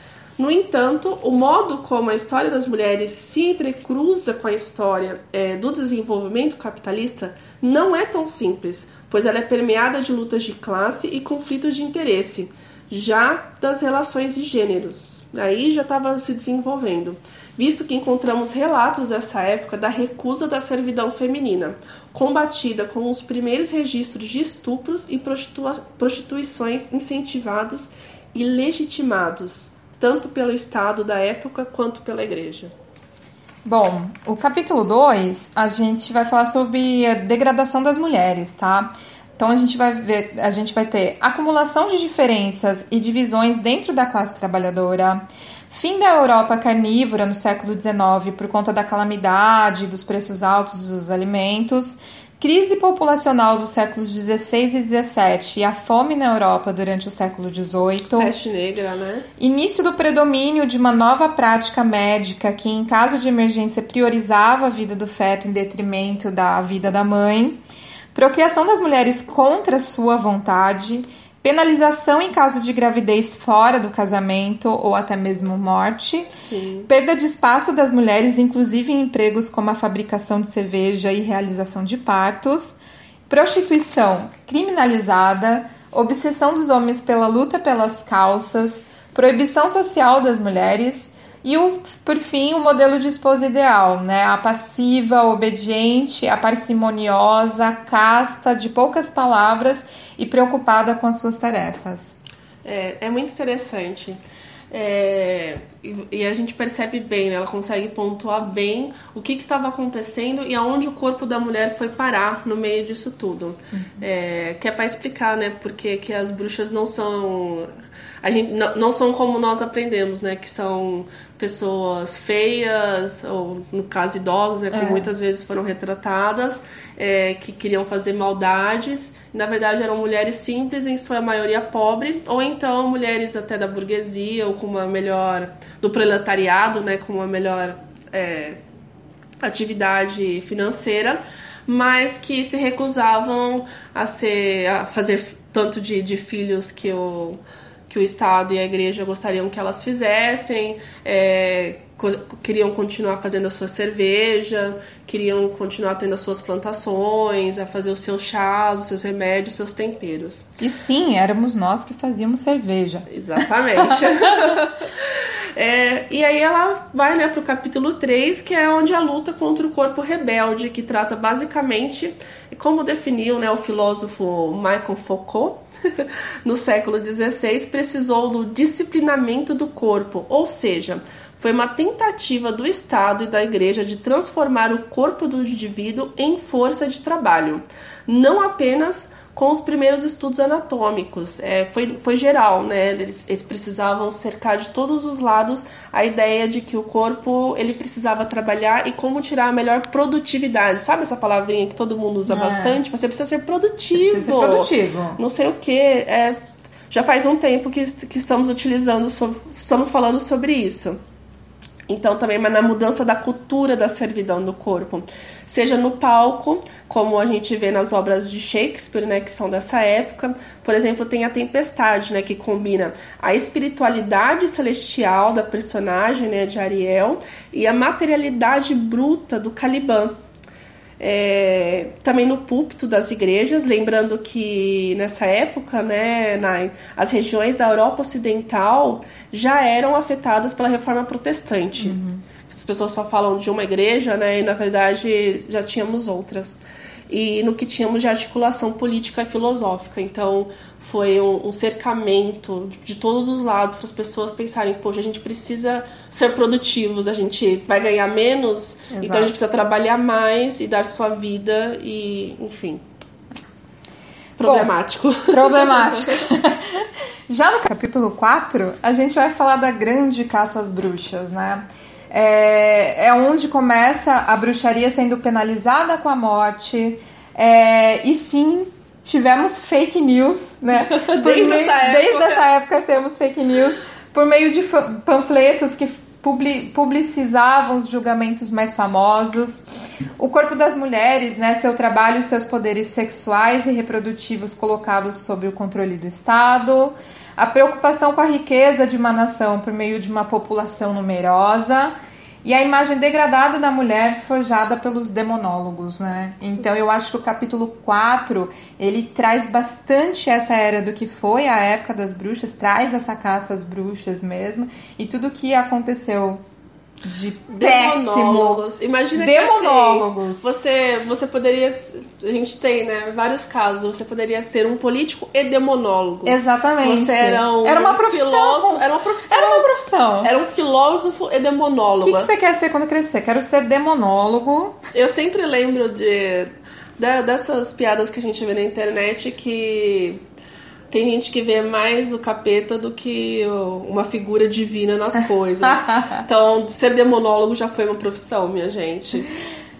No entanto, o modo como a história das mulheres se entrecruza com a história eh, do desenvolvimento capitalista não é tão simples, pois ela é permeada de lutas de classe e conflitos de interesse, já das relações de gêneros. Aí já estava se desenvolvendo, visto que encontramos relatos dessa época da recusa da servidão feminina, combatida com os primeiros registros de estupros e prostitua- prostituições incentivados e legitimados, tanto pelo Estado da época quanto pela Igreja. Bom, o capítulo dois, a gente vai falar sobre a degradação das mulheres, tá? Então a gente vai ver, a gente vai ter acumulação de diferenças e divisões dentro da classe trabalhadora, fim da Europa carnívora no século dezenove por conta da calamidade, dos preços altos dos alimentos, crise populacional dos séculos dezesseis e dezessete e a fome na Europa durante o século dezoito. Peste negra, né? Início do predomínio de uma nova prática médica que, em caso de emergência, priorizava a vida do feto em detrimento da vida da mãe. Procriação das mulheres contra sua vontade. Penalização em caso de gravidez fora do casamento ou até mesmo morte. Sim. Perda de espaço das mulheres, inclusive em empregos como a fabricação de cerveja e realização de partos. Prostituição criminalizada. Obsessão dos homens pela luta pelas causas. Proibição social das mulheres. E, o, por fim, o modelo de esposa ideal, né? A passiva, a obediente, a parcimoniosa, casta, de poucas palavras e preocupada com as suas tarefas. É, é muito interessante. É, e, e a gente percebe bem, né? Ela consegue pontuar bem o que estava acontecendo e aonde o corpo da mulher foi parar no meio disso tudo. Uhum. É, que é para explicar, né? Porque que as bruxas não são... A gente, não, não são como nós aprendemos, né? Que são pessoas feias, ou no caso idosos, né? Que é. muitas vezes foram retratadas, é, que queriam fazer maldades. Na verdade, eram mulheres simples, em sua maioria pobre, ou então mulheres até da burguesia, ou com uma melhor... do proletariado, né? Com uma melhor é, atividade financeira, mas que se recusavam a, ser, a fazer tanto de, de filhos que o... que o Estado e a Igreja gostariam que elas fizessem, é, co- queriam continuar fazendo a sua cerveja, queriam continuar tendo as suas plantações, a fazer os seus chás, os seus remédios, os seus temperos. E sim, éramos nós que fazíamos cerveja. Exatamente. É, e aí ela vai, né, para o capítulo três, que é onde a luta contra o corpo rebelde, que trata basicamente, como definiu, né, o filósofo Michel Foucault, no século dezesseis, precisou do disciplinamento do corpo, ou seja, foi uma tentativa do Estado e da Igreja de transformar o corpo do indivíduo em força de trabalho, não apenas com os primeiros estudos anatômicos, é, foi, foi geral, né? Eles, eles precisavam cercar de todos os lados a ideia de que o corpo ele precisava trabalhar e como tirar a melhor produtividade. Sabe essa palavrinha que todo mundo usa é. bastante? Você precisa ser produtivo. Você precisa ser produtivo. Não sei o que. É, já faz um tempo que, que estamos utilizando, sobre, estamos falando sobre isso. Então também, mas na mudança da cultura da servidão do corpo, seja no palco, como a gente vê nas obras de Shakespeare, né, que são dessa época. Por exemplo, tem a Tempestade, né, que combina a espiritualidade celestial da personagem, né, de Ariel, e a materialidade bruta do Caliban. É, também no púlpito das igrejas, lembrando que nessa época, né, na, as regiões da Europa Ocidental já eram afetadas pela reforma protestante. Uhum. As pessoas só falam de uma igreja, né, e na verdade já tínhamos outras. E no que tínhamos de articulação política e filosófica. Então foi um, um cercamento de, de todos os lados para as pessoas pensarem, poxa, a gente precisa ser produtivos, a gente vai ganhar menos, Exato. Então a gente precisa trabalhar mais e dar sua vida e, enfim, problemático. Bom, problemático. Já no capítulo quatro, a gente vai falar da grande caça às bruxas, né? É, é onde começa a bruxaria sendo penalizada com a morte. É, e sim, tivemos fake news, né? Desde, meio, essa desde essa época temos fake news por meio de panfletos que publi, publicizavam os julgamentos mais famosos. O corpo das mulheres, né? Seu trabalho e seus poderes sexuais e reprodutivos colocados sob o controle do Estado. A preocupação com a riqueza de uma nação por meio de uma população numerosa e a imagem degradada da mulher forjada pelos demonólogos, né? Então eu acho que o capítulo quatro, ele traz bastante essa era do que foi a época das bruxas, traz essa caça às bruxas mesmo, e tudo o que aconteceu de péssimo. Imagina demonólogos. que assim, você, você poderia... A gente tem, né, vários casos. Você poderia ser um político e demonólogo. Exatamente. Você era um era uma profissão. Filósofo, era uma profissão. Era uma profissão. Era um filósofo e demonólogo. O que, que você quer ser quando crescer? Quero ser demonólogo. Eu sempre lembro de, de dessas piadas que a gente vê na internet que... Tem gente que vê mais o capeta do que uma figura divina nas coisas. Então, ser demonólogo já foi uma profissão, minha gente.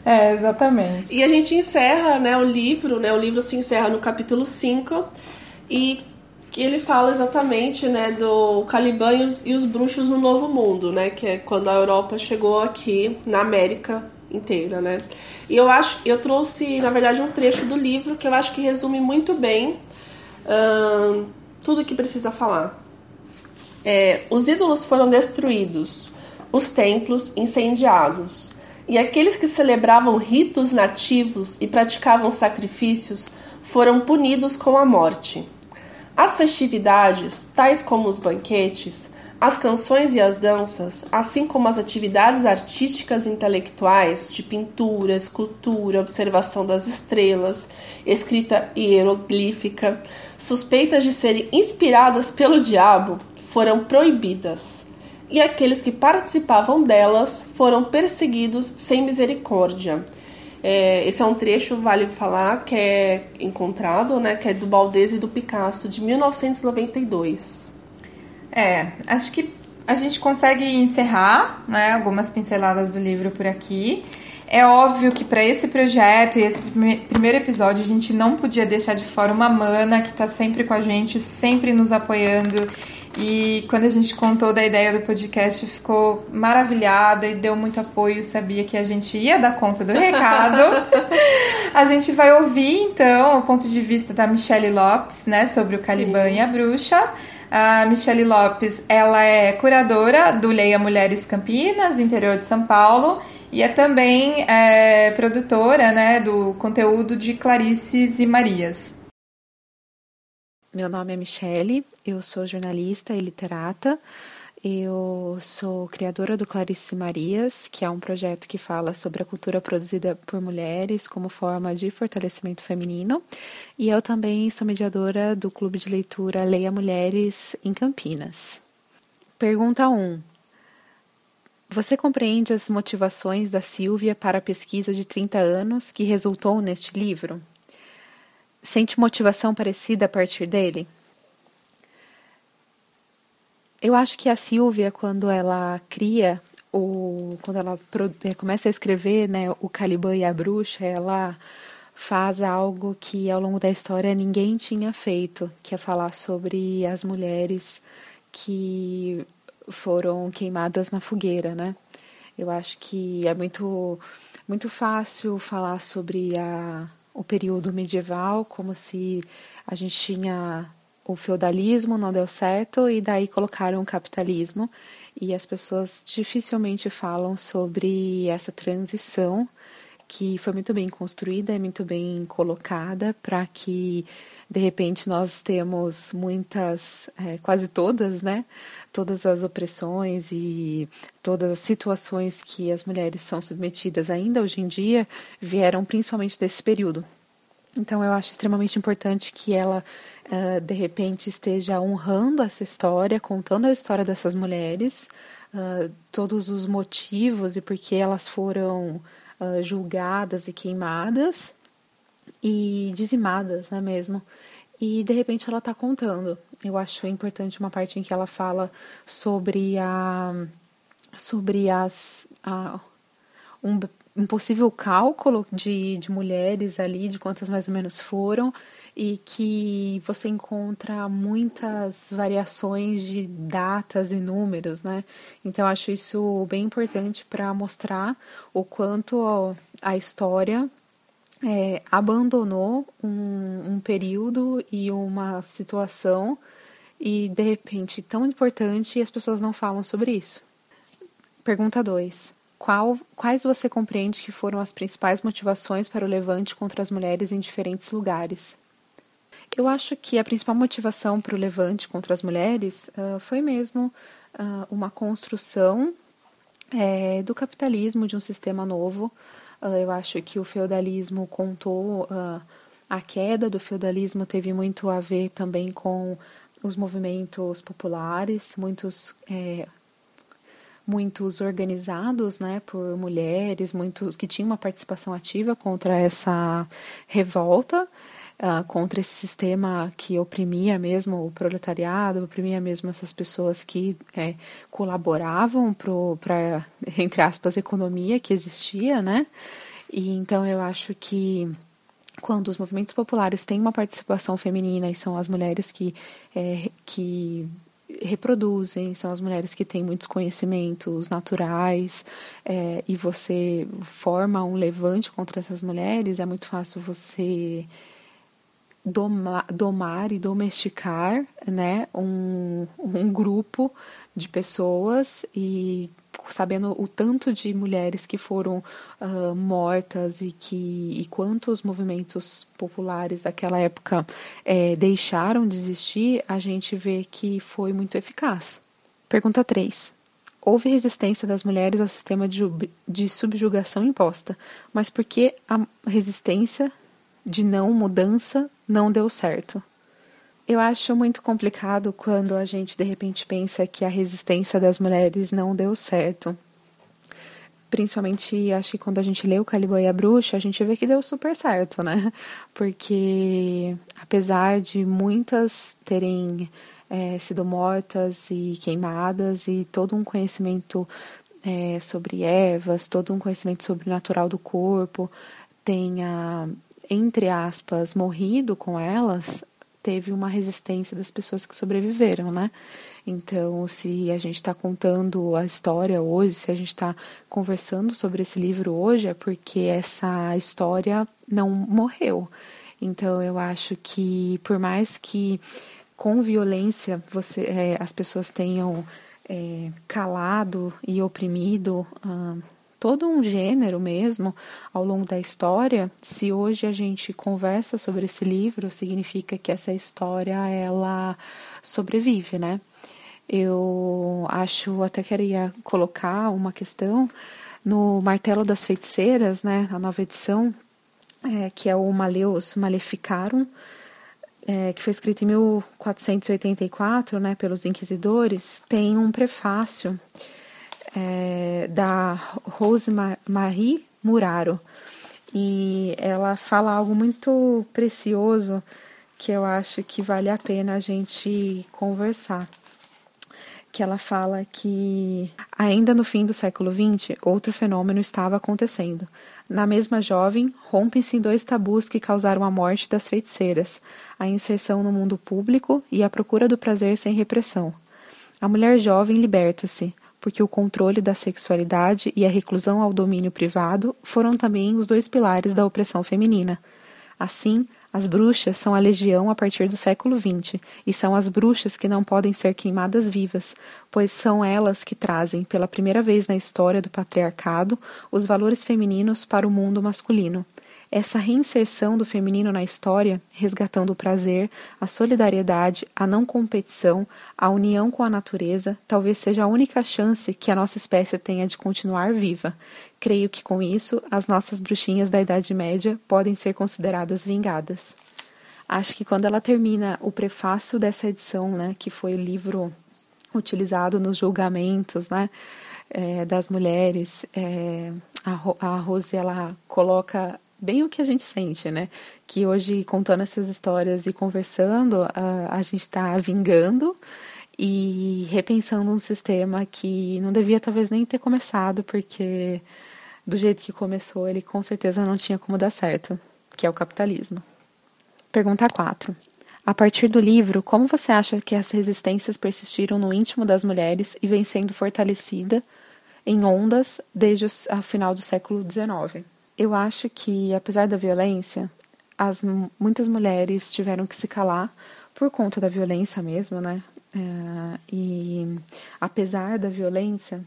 É, exatamente. E a gente encerra, né, o livro, né, o livro se encerra no capítulo cinco, e que ele fala exatamente, né, do Caliban e os, e os bruxos no Novo Mundo, né, que é quando a Europa chegou aqui na América inteira, né. E eu acho, eu trouxe, na verdade, um trecho do livro que eu acho que resume muito bem hum, tudo o que precisa falar. É, os ídolos foram destruídos, os templos incendiados, e aqueles que celebravam ritos nativos e praticavam sacrifícios foram punidos com a morte. As festividades, tais como os banquetes, as canções e as danças, assim como as atividades artísticas e intelectuais de pintura, escultura, observação das estrelas, escrita hieroglífica, suspeitas de serem inspiradas pelo diabo, foram proibidas. E aqueles que participavam delas foram perseguidos sem misericórdia. É, esse é um trecho, vale falar, que é encontrado, né, que é do Baldese e do Picasso, de mil novecentos e noventa e dois. É, acho que a gente consegue encerrar, né, algumas pinceladas do livro por aqui. É óbvio que para esse projeto e esse primeiro episódio a gente não podia deixar de fora uma mana que está sempre com a gente, sempre nos apoiando. E quando a gente contou da ideia do podcast, ficou maravilhada e deu muito apoio, sabia que a gente ia dar conta do recado. A gente vai ouvir, então, o ponto de vista da Michelle Lopes, né, sobre o Caliban e a Bruxa. A Michelle Lopes, ela é curadora do Leia Mulheres Campinas, interior de São Paulo, e é também é, produtora, né, do conteúdo de Clarices e Marias. Meu nome é Michelle, eu sou jornalista e literata, eu sou criadora do Clarices e Marias, que é um projeto que fala sobre a cultura produzida por mulheres como forma de fortalecimento feminino, e eu também sou mediadora do clube de leitura Leia Mulheres em Campinas. Pergunta um. Você compreende as motivações da Silvia para a pesquisa de trinta anos que resultou neste livro? Sente motivação parecida a partir dele? Eu acho que a Silvia, quando ela cria, o, quando ela começa a escrever, né, o Caliban e a Bruxa, ela faz algo que ao longo da história ninguém tinha feito, que é falar sobre as mulheres que foram queimadas na fogueira, né? Eu acho que é muito, muito fácil falar sobre a o período medieval, como se a gente tinha o feudalismo, não deu certo, e daí colocaram o capitalismo, e as pessoas dificilmente falam sobre essa transição, que foi muito bem construída e muito bem colocada, para que, de repente, nós temos muitas, é, quase todas, né, todas as opressões e todas as situações que as mulheres são submetidas ainda hoje em dia vieram principalmente desse período. Então eu acho extremamente importante que ela, uh, de repente, esteja honrando essa história, contando a história dessas mulheres, uh, todos os motivos e por que elas foram uh, julgadas e queimadas e dizimadas, né, mesmo. E, de repente, ela está contando. Eu acho importante uma parte em que ela fala sobre a sobre as a, um, um possível cálculo de, de mulheres ali, de quantas mais ou menos foram, e que você encontra muitas variações de datas e números, né? Então, eu acho isso bem importante para mostrar o quanto a história É, abandonou um, um período e uma situação e, de repente, tão importante e as pessoas não falam sobre isso. Pergunta dois. Qual, quais você compreende que foram as principais motivações para o levante contra as mulheres em diferentes lugares? Eu acho que a principal motivação para o levante contra as mulheres uh, foi mesmo uh, uma construção é, do capitalismo, de um sistema novo. Uh, eu acho que o feudalismo contou, uh, a queda do feudalismo teve muito a ver também com os movimentos populares, muitos, é, muitos organizados, né, por mulheres, muitos que tinham uma participação ativa contra essa revolta, uh, contra esse sistema que oprimia mesmo o proletariado, oprimia mesmo essas pessoas que é, colaboravam para, entre aspas, a economia que existia, né? E então eu acho que quando os movimentos populares têm uma participação feminina e são as mulheres que, é, que reproduzem, são as mulheres que têm muitos conhecimentos naturais, é, e você forma um levante contra essas mulheres, é muito fácil você domar, domar e domesticar, né, um, um grupo de pessoas, e sabendo o tanto de mulheres que foram uh, mortas e, que, e quantos movimentos populares daquela época é, deixaram de existir, a gente vê que foi muito eficaz. Pergunta três. Houve resistência das mulheres ao sistema de, de subjugação imposta, mas por que a resistência de não mudança não deu certo? Eu acho muito complicado quando a gente de repente pensa que a resistência das mulheres não deu certo. Principalmente, acho que quando a gente lê o Caliban e a Bruxa, a gente vê que deu super certo, né? Porque apesar de muitas terem é, sido mortas e queimadas, e todo um conhecimento é, sobre ervas, todo um conhecimento sobre o natural do corpo tenha, entre aspas, morrido com elas, teve uma resistência das pessoas que sobreviveram, né? Então, se a gente está contando a história hoje, se a gente está conversando sobre esse livro hoje, é porque essa história não morreu. Então, eu acho que, por mais que com violência você, é, as pessoas tenham é, calado e oprimido hum, todo um gênero mesmo ao longo da história, se hoje a gente conversa sobre esse livro, significa que essa história ela sobrevive, né? Eu acho, até queria colocar uma questão no Martelo das Feiticeiras, né, a nova edição, é, que é o Maleus Maleficarum, é, que foi escrito em mil quatrocentos e oitenta e quatro, né, pelos inquisidores, tem um prefácio É, da Rose-Marie Muraro, e ela fala algo muito precioso que eu acho que vale a pena a gente conversar, que ela fala que ainda no fim do século vinte outro fenômeno estava acontecendo. Na mesma jovem, rompem-se dois tabus que causaram a morte das feiticeiras: a inserção no mundo público e a procura do prazer sem repressão. A mulher jovem liberta-se, porque o controle da sexualidade e a reclusão ao domínio privado foram também os dois pilares da opressão feminina. Assim, as bruxas são a legião a partir do século vinte, e são as bruxas que não podem ser queimadas vivas, pois são elas que trazem, pela primeira vez na história do patriarcado, os valores femininos para o mundo masculino. Essa reinserção do feminino na história, resgatando o prazer, a solidariedade, a não competição, a união com a natureza, talvez seja a única chance que a nossa espécie tenha de continuar viva. Creio que com isso, as nossas bruxinhas da Idade Média podem ser consideradas vingadas. Acho que quando ela termina o prefácio dessa edição, né, que foi o livro utilizado nos julgamentos, né, é, das mulheres, é, a, a Rose, ela coloca bem o que a gente sente, né? Que hoje, contando essas histórias e conversando, a, a gente está vingando e repensando um sistema que não devia talvez nem ter começado, porque do jeito que começou, ele com certeza não tinha como dar certo, que é o capitalismo. Pergunta quatro. A partir do livro, como você acha que as resistências persistiram no íntimo das mulheres e vem sendo fortalecida em ondas desde o final do século dezenove? Eu acho que, apesar da violência, as, muitas mulheres tiveram que se calar por conta da violência mesmo, né? É, e, apesar da violência,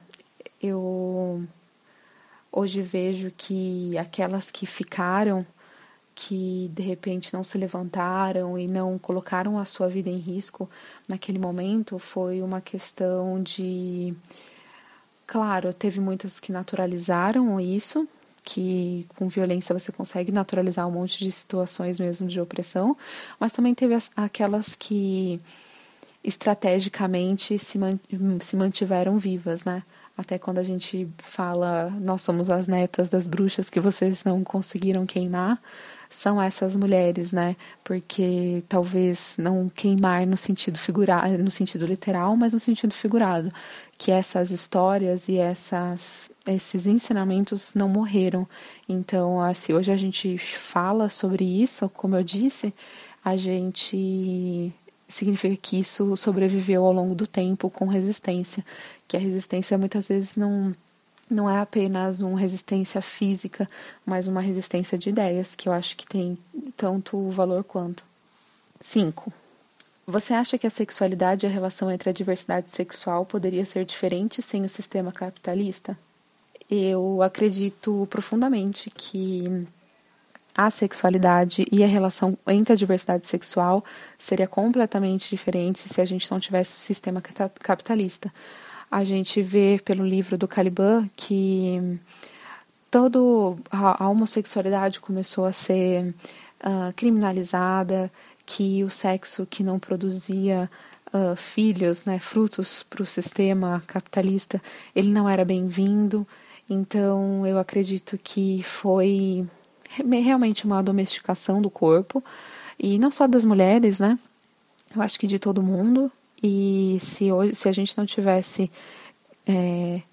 eu hoje vejo que aquelas que ficaram, que de repente não se levantaram e não colocaram a sua vida em risco naquele momento, foi uma questão de... Claro, teve muitas que naturalizaram isso, que com violência você consegue naturalizar um monte de situações mesmo de opressão, mas também teve as, aquelas que estrategicamente se, man, se mantiveram vivas, né? Até quando a gente fala, nós somos as netas das bruxas que vocês não conseguiram queimar, são essas mulheres, né? Porque talvez não queimar no sentido figurado, no sentido literal, mas no sentido figurado, que essas histórias e essas, esses ensinamentos não morreram. Então, se hoje a gente fala sobre isso, como eu disse, a gente significa que isso sobreviveu ao longo do tempo com resistência, que a resistência muitas vezes não não é apenas uma resistência física, mas uma resistência de ideias, que eu acho que tem tanto valor quanto. cinco. Você acha que a sexualidade e a relação entre a diversidade sexual poderia ser diferente sem o sistema capitalista? Eu acredito profundamente que a sexualidade e a relação entre a diversidade sexual seria completamente diferente se a gente não tivesse o sistema capitalista. A gente vê pelo livro do Caliban que toda a homossexualidade começou a ser uh, criminalizada, que o sexo que não produzia uh, filhos, né, frutos para o sistema capitalista, ele não era bem-vindo. Então, eu acredito que foi realmente uma domesticação do corpo, e não só das mulheres, né? Eu acho que de todo mundo. E se, hoje, se a gente não tivesse, é,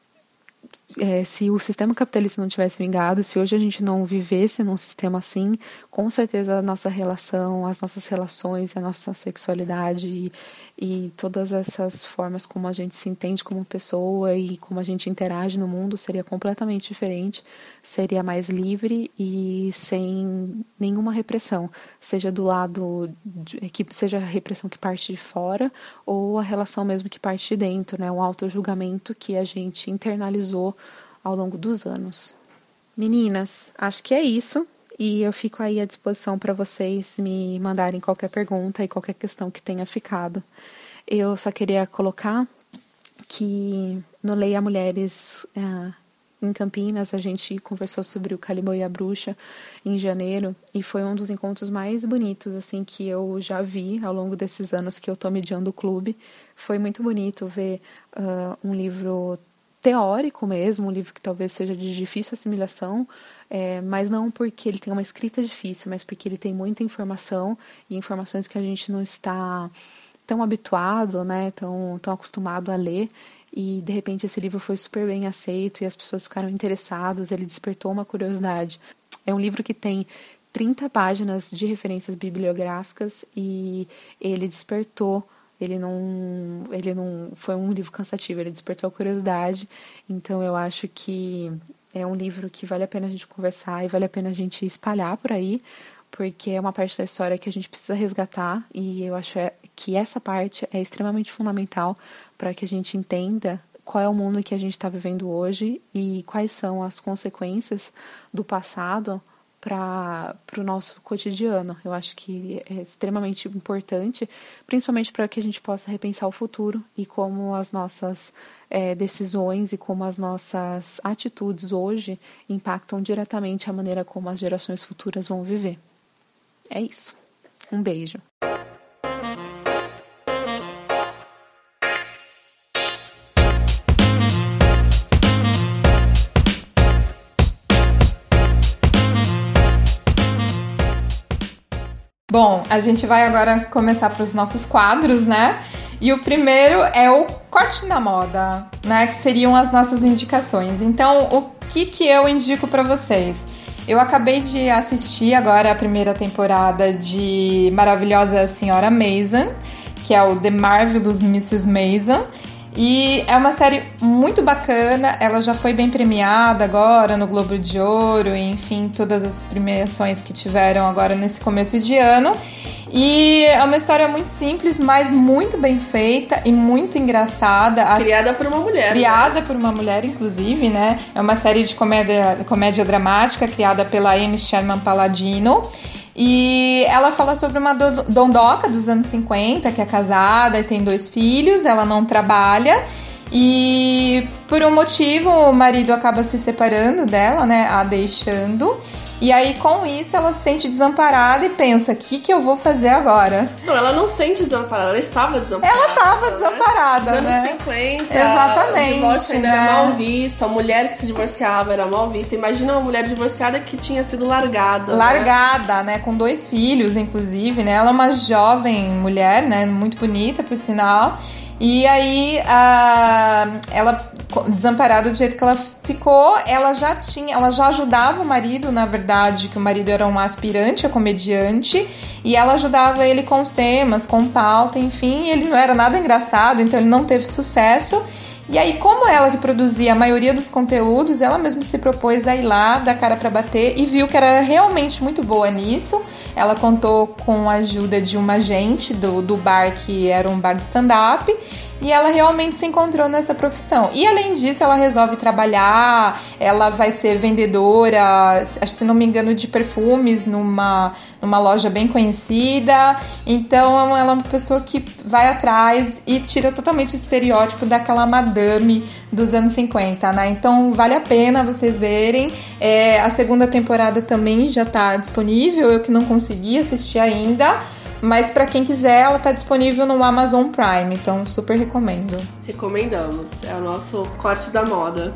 é, se o sistema capitalista não tivesse vingado, se hoje a gente não vivesse num sistema assim, com certeza a nossa relação, as nossas relações, a nossa sexualidade e, e todas essas formas como a gente se entende como pessoa e como a gente interage no mundo seria completamente diferente, seria mais livre e sem nenhuma repressão, seja do lado, de, que seja a repressão que parte de fora ou a relação mesmo que parte de dentro, né? Um auto-julgamento que a gente internalizou ao longo dos anos. Meninas, acho que é isso. E eu fico aí à disposição para vocês me mandarem qualquer pergunta e qualquer questão que tenha ficado. Eu só queria colocar que no Leia Mulheres uh, em Campinas, a gente conversou sobre o Caliban e a Bruxa em janeiro, e foi um dos encontros mais bonitos assim, que eu já vi ao longo desses anos que eu estou mediando o clube. Foi muito bonito ver uh, um livro teórico mesmo, um livro que talvez seja de difícil assimilação, é, mas não porque ele tem uma escrita difícil, mas porque ele tem muita informação, e informações que a gente não está tão habituado, né, tão, tão acostumado a ler, e de repente esse livro foi super bem aceito, e as pessoas ficaram interessadas, ele despertou uma curiosidade. É um livro que tem trinta páginas de referências bibliográficas, e ele despertou Ele não, ele não foi um livro cansativo, ele despertou a curiosidade. Então eu acho que é um livro que vale a pena a gente conversar e vale a pena a gente espalhar por aí, porque é uma parte da história que a gente precisa resgatar, e eu acho que essa parte é extremamente fundamental para que a gente entenda qual é o mundo que a gente está vivendo hoje e quais são as consequências do passado para o nosso cotidiano. Eu acho que é extremamente importante, principalmente para que a gente possa repensar o futuro e como as nossas é, decisões e como as nossas atitudes hoje impactam diretamente a maneira como as gerações futuras vão viver. É isso. Um beijo. Bom, a gente vai agora começar para os nossos quadros, né? E o primeiro é o corte na moda, né? Que seriam as nossas indicações. Então, o que que eu indico para vocês? Eu acabei de assistir agora a primeira temporada de Maravilhosa Senhora Maisel, que é o The Marvelous missus Maisel. E é uma série muito bacana, ela já foi bem premiada agora no Globo de Ouro, enfim, todas as premiações que tiveram agora nesse começo de ano. E é uma história muito simples, mas muito bem feita e muito engraçada. Criada por uma mulher. Criada né? por uma mulher, inclusive, né? É uma série de comédia, comédia dramática criada pela Amy Sherman Palladino. E ela fala sobre uma dondoca dos anos cinquenta, que é casada e tem dois filhos, ela não trabalha, e por um motivo o marido acaba se separando dela, né, a deixando, E aí, com isso, ela se sente desamparada e pensa, o que, que eu vou fazer agora? Não, ela não sente desamparada, ela estava desamparada. Ela estava né? desamparada, Nos né? anos cinquenta, exatamente, o divórcio ainda né? era mal visto, a mulher que se divorciava era mal vista. Imagina uma mulher divorciada que tinha sido largada. Largada, né? né? Com dois filhos, inclusive, né? Ela é uma jovem mulher, né? Muito bonita, por sinal. E aí, a, ela, desamparada do jeito que ela ficou, ela já tinha, ela já ajudava o marido, na verdade, que o marido era um aspirante a comediante, e ela ajudava ele com os temas, com pauta, enfim, ele não era nada engraçado, então ele não teve sucesso. E aí, como ela que produzia a maioria dos conteúdos, ela mesma se propôs a ir lá, dar cara pra bater, e viu que era realmente muito boa nisso. Ela contou com a ajuda de uma agente do, do bar, que era um bar de stand-up, e ela realmente se encontrou nessa profissão. E além disso, ela resolve trabalhar, ela vai ser vendedora, acho que se não me engano, de perfumes numa, numa loja bem conhecida. Então ela é uma pessoa que vai atrás e tira totalmente o estereótipo daquela madame dos anos cinquenta, né? Então vale a pena vocês verem. É, a segunda temporada também já tá disponível, eu que não consegui assistir ainda. Mas pra quem quiser, ela tá disponível no Amazon Prime, então super recomendo. Recomendamos, é o nosso corte da moda.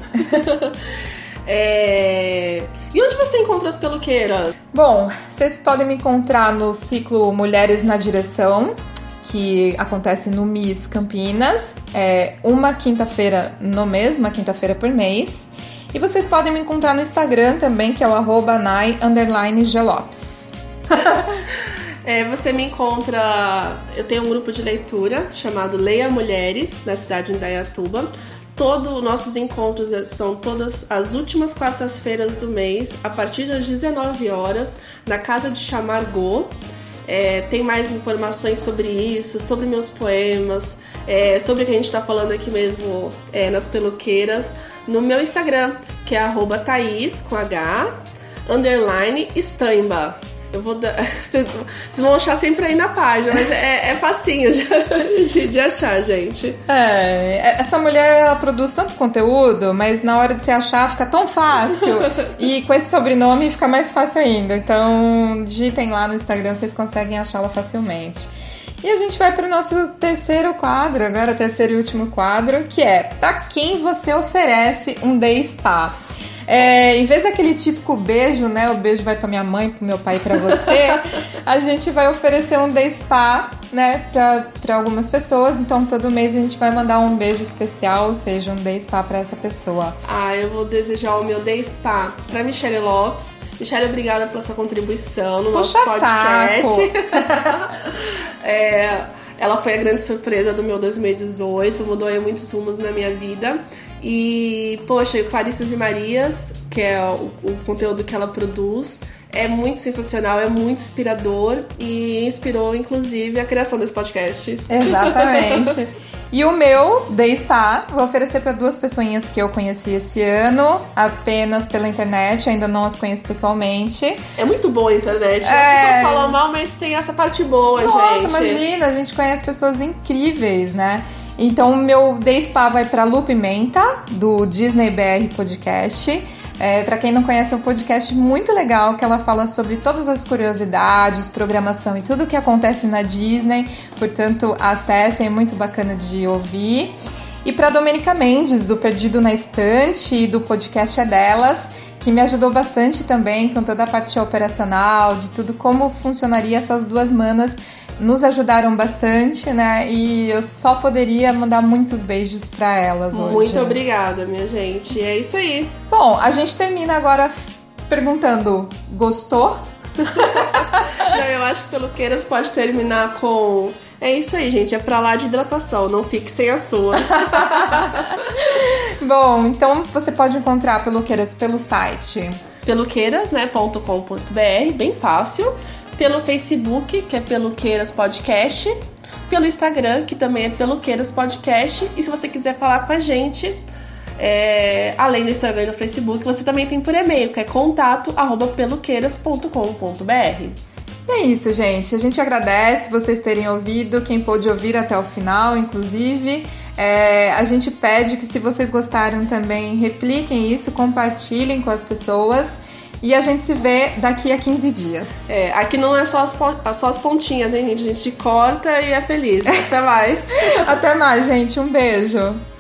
é... E onde você encontra as peluqueiras? Bom, vocês podem me encontrar no ciclo Mulheres na Direção, que acontece no Miss Campinas, é uma quinta-feira no mês, uma quinta-feira por mês. E vocês podem me encontrar no Instagram também, que é o arroba nai underline gelopes. É, você me encontra... Eu tenho um grupo de leitura chamado Leia Mulheres, na cidade de Indaiatuba. Todos os nossos encontros são todas as últimas quartas-feiras do mês, a partir das dezenove horas, na Casa de Chamargô. É, tem mais informações sobre isso, sobre meus poemas, é, sobre o que a gente está falando aqui mesmo é, nas peluqueiras, no meu Instagram, que é arroba Thaís, com H, underline, Estampa. Eu vou dar... Vocês vão achar sempre aí na página, mas é, é facinho de, de, de achar, gente. É, essa mulher, ela produz tanto conteúdo, mas na hora de você achar fica tão fácil. E com esse sobrenome fica mais fácil ainda. Então, digitem lá no Instagram, vocês conseguem achá-la facilmente. E a gente vai para o nosso terceiro quadro, agora terceiro e último quadro, que é pra quem você oferece um day spa. É, em vez daquele típico beijo, né? O beijo vai pra minha mãe, pro meu pai e pra você. A gente vai oferecer um day spa, né? Pra, pra algumas pessoas. Então, todo mês a gente vai mandar um beijo especial, ou seja, um day spa pra essa pessoa. Ah, eu vou desejar o meu day spa pra Michelle Lopes. Michelle, obrigada pela sua contribuição no nosso Puxa podcast. é, ela foi a grande surpresa do meu dois mil e dezoito, mudou aí muitos rumos na minha vida. E, poxa, o Clarices e Marias, que é o, o conteúdo que ela produz, é muito sensacional, é muito inspirador e inspirou, inclusive, a criação desse podcast. Exatamente. E o meu Day Spa, vou oferecer para duas pessoinhas que eu conheci esse ano, apenas pela internet, ainda não as conheço pessoalmente. É muito boa a internet, é... as pessoas falam mal, mas tem essa parte boa, Nossa, gente. Nossa, imagina, a gente conhece pessoas incríveis, né? Então, o meu Day Spa vai para Lu Pimenta, do Disney B R Podcast. É, para quem não conhece, é um podcast muito legal que ela fala sobre todas as curiosidades, programação e tudo o que acontece na Disney. Portanto, acessem, é muito bacana de ouvir. E para Domenica Mendes, do Perdido na Estante e do podcast É Delas, que me ajudou bastante também com toda a parte operacional, de tudo como funcionaria. Essas duas manas nos ajudaram bastante, né? E eu só poderia mandar muitos beijos para elas hoje. Muito obrigada, minha gente. É isso aí. Bom, a gente termina agora perguntando, gostou? Não, eu acho que Peluqueiras pode terminar com... É isso aí, gente. É pra lá de hidratação. Não fique sem a sua. Bom, então você pode encontrar Peluqueiras pelo site peluqueiras ponto com ponto b r, bem fácil. Pelo Facebook, que é Peluqueiras Podcast. Pelo Instagram, que também é Peluqueiras Podcast. E se você quiser falar com a gente, é, além do Instagram e do Facebook, você também tem por e-mail, que é contato arroba peluqueiras ponto com ponto b r. É isso, gente. A gente agradece vocês terem ouvido, quem pôde ouvir até o final, inclusive. É, a gente pede que, se vocês gostaram também, repliquem isso, compartilhem com as pessoas. E a gente se vê daqui a quinze dias. É, aqui não é só as, só as pontinhas, hein, gente? A gente corta e é feliz. Até mais. Até mais, gente. Um beijo.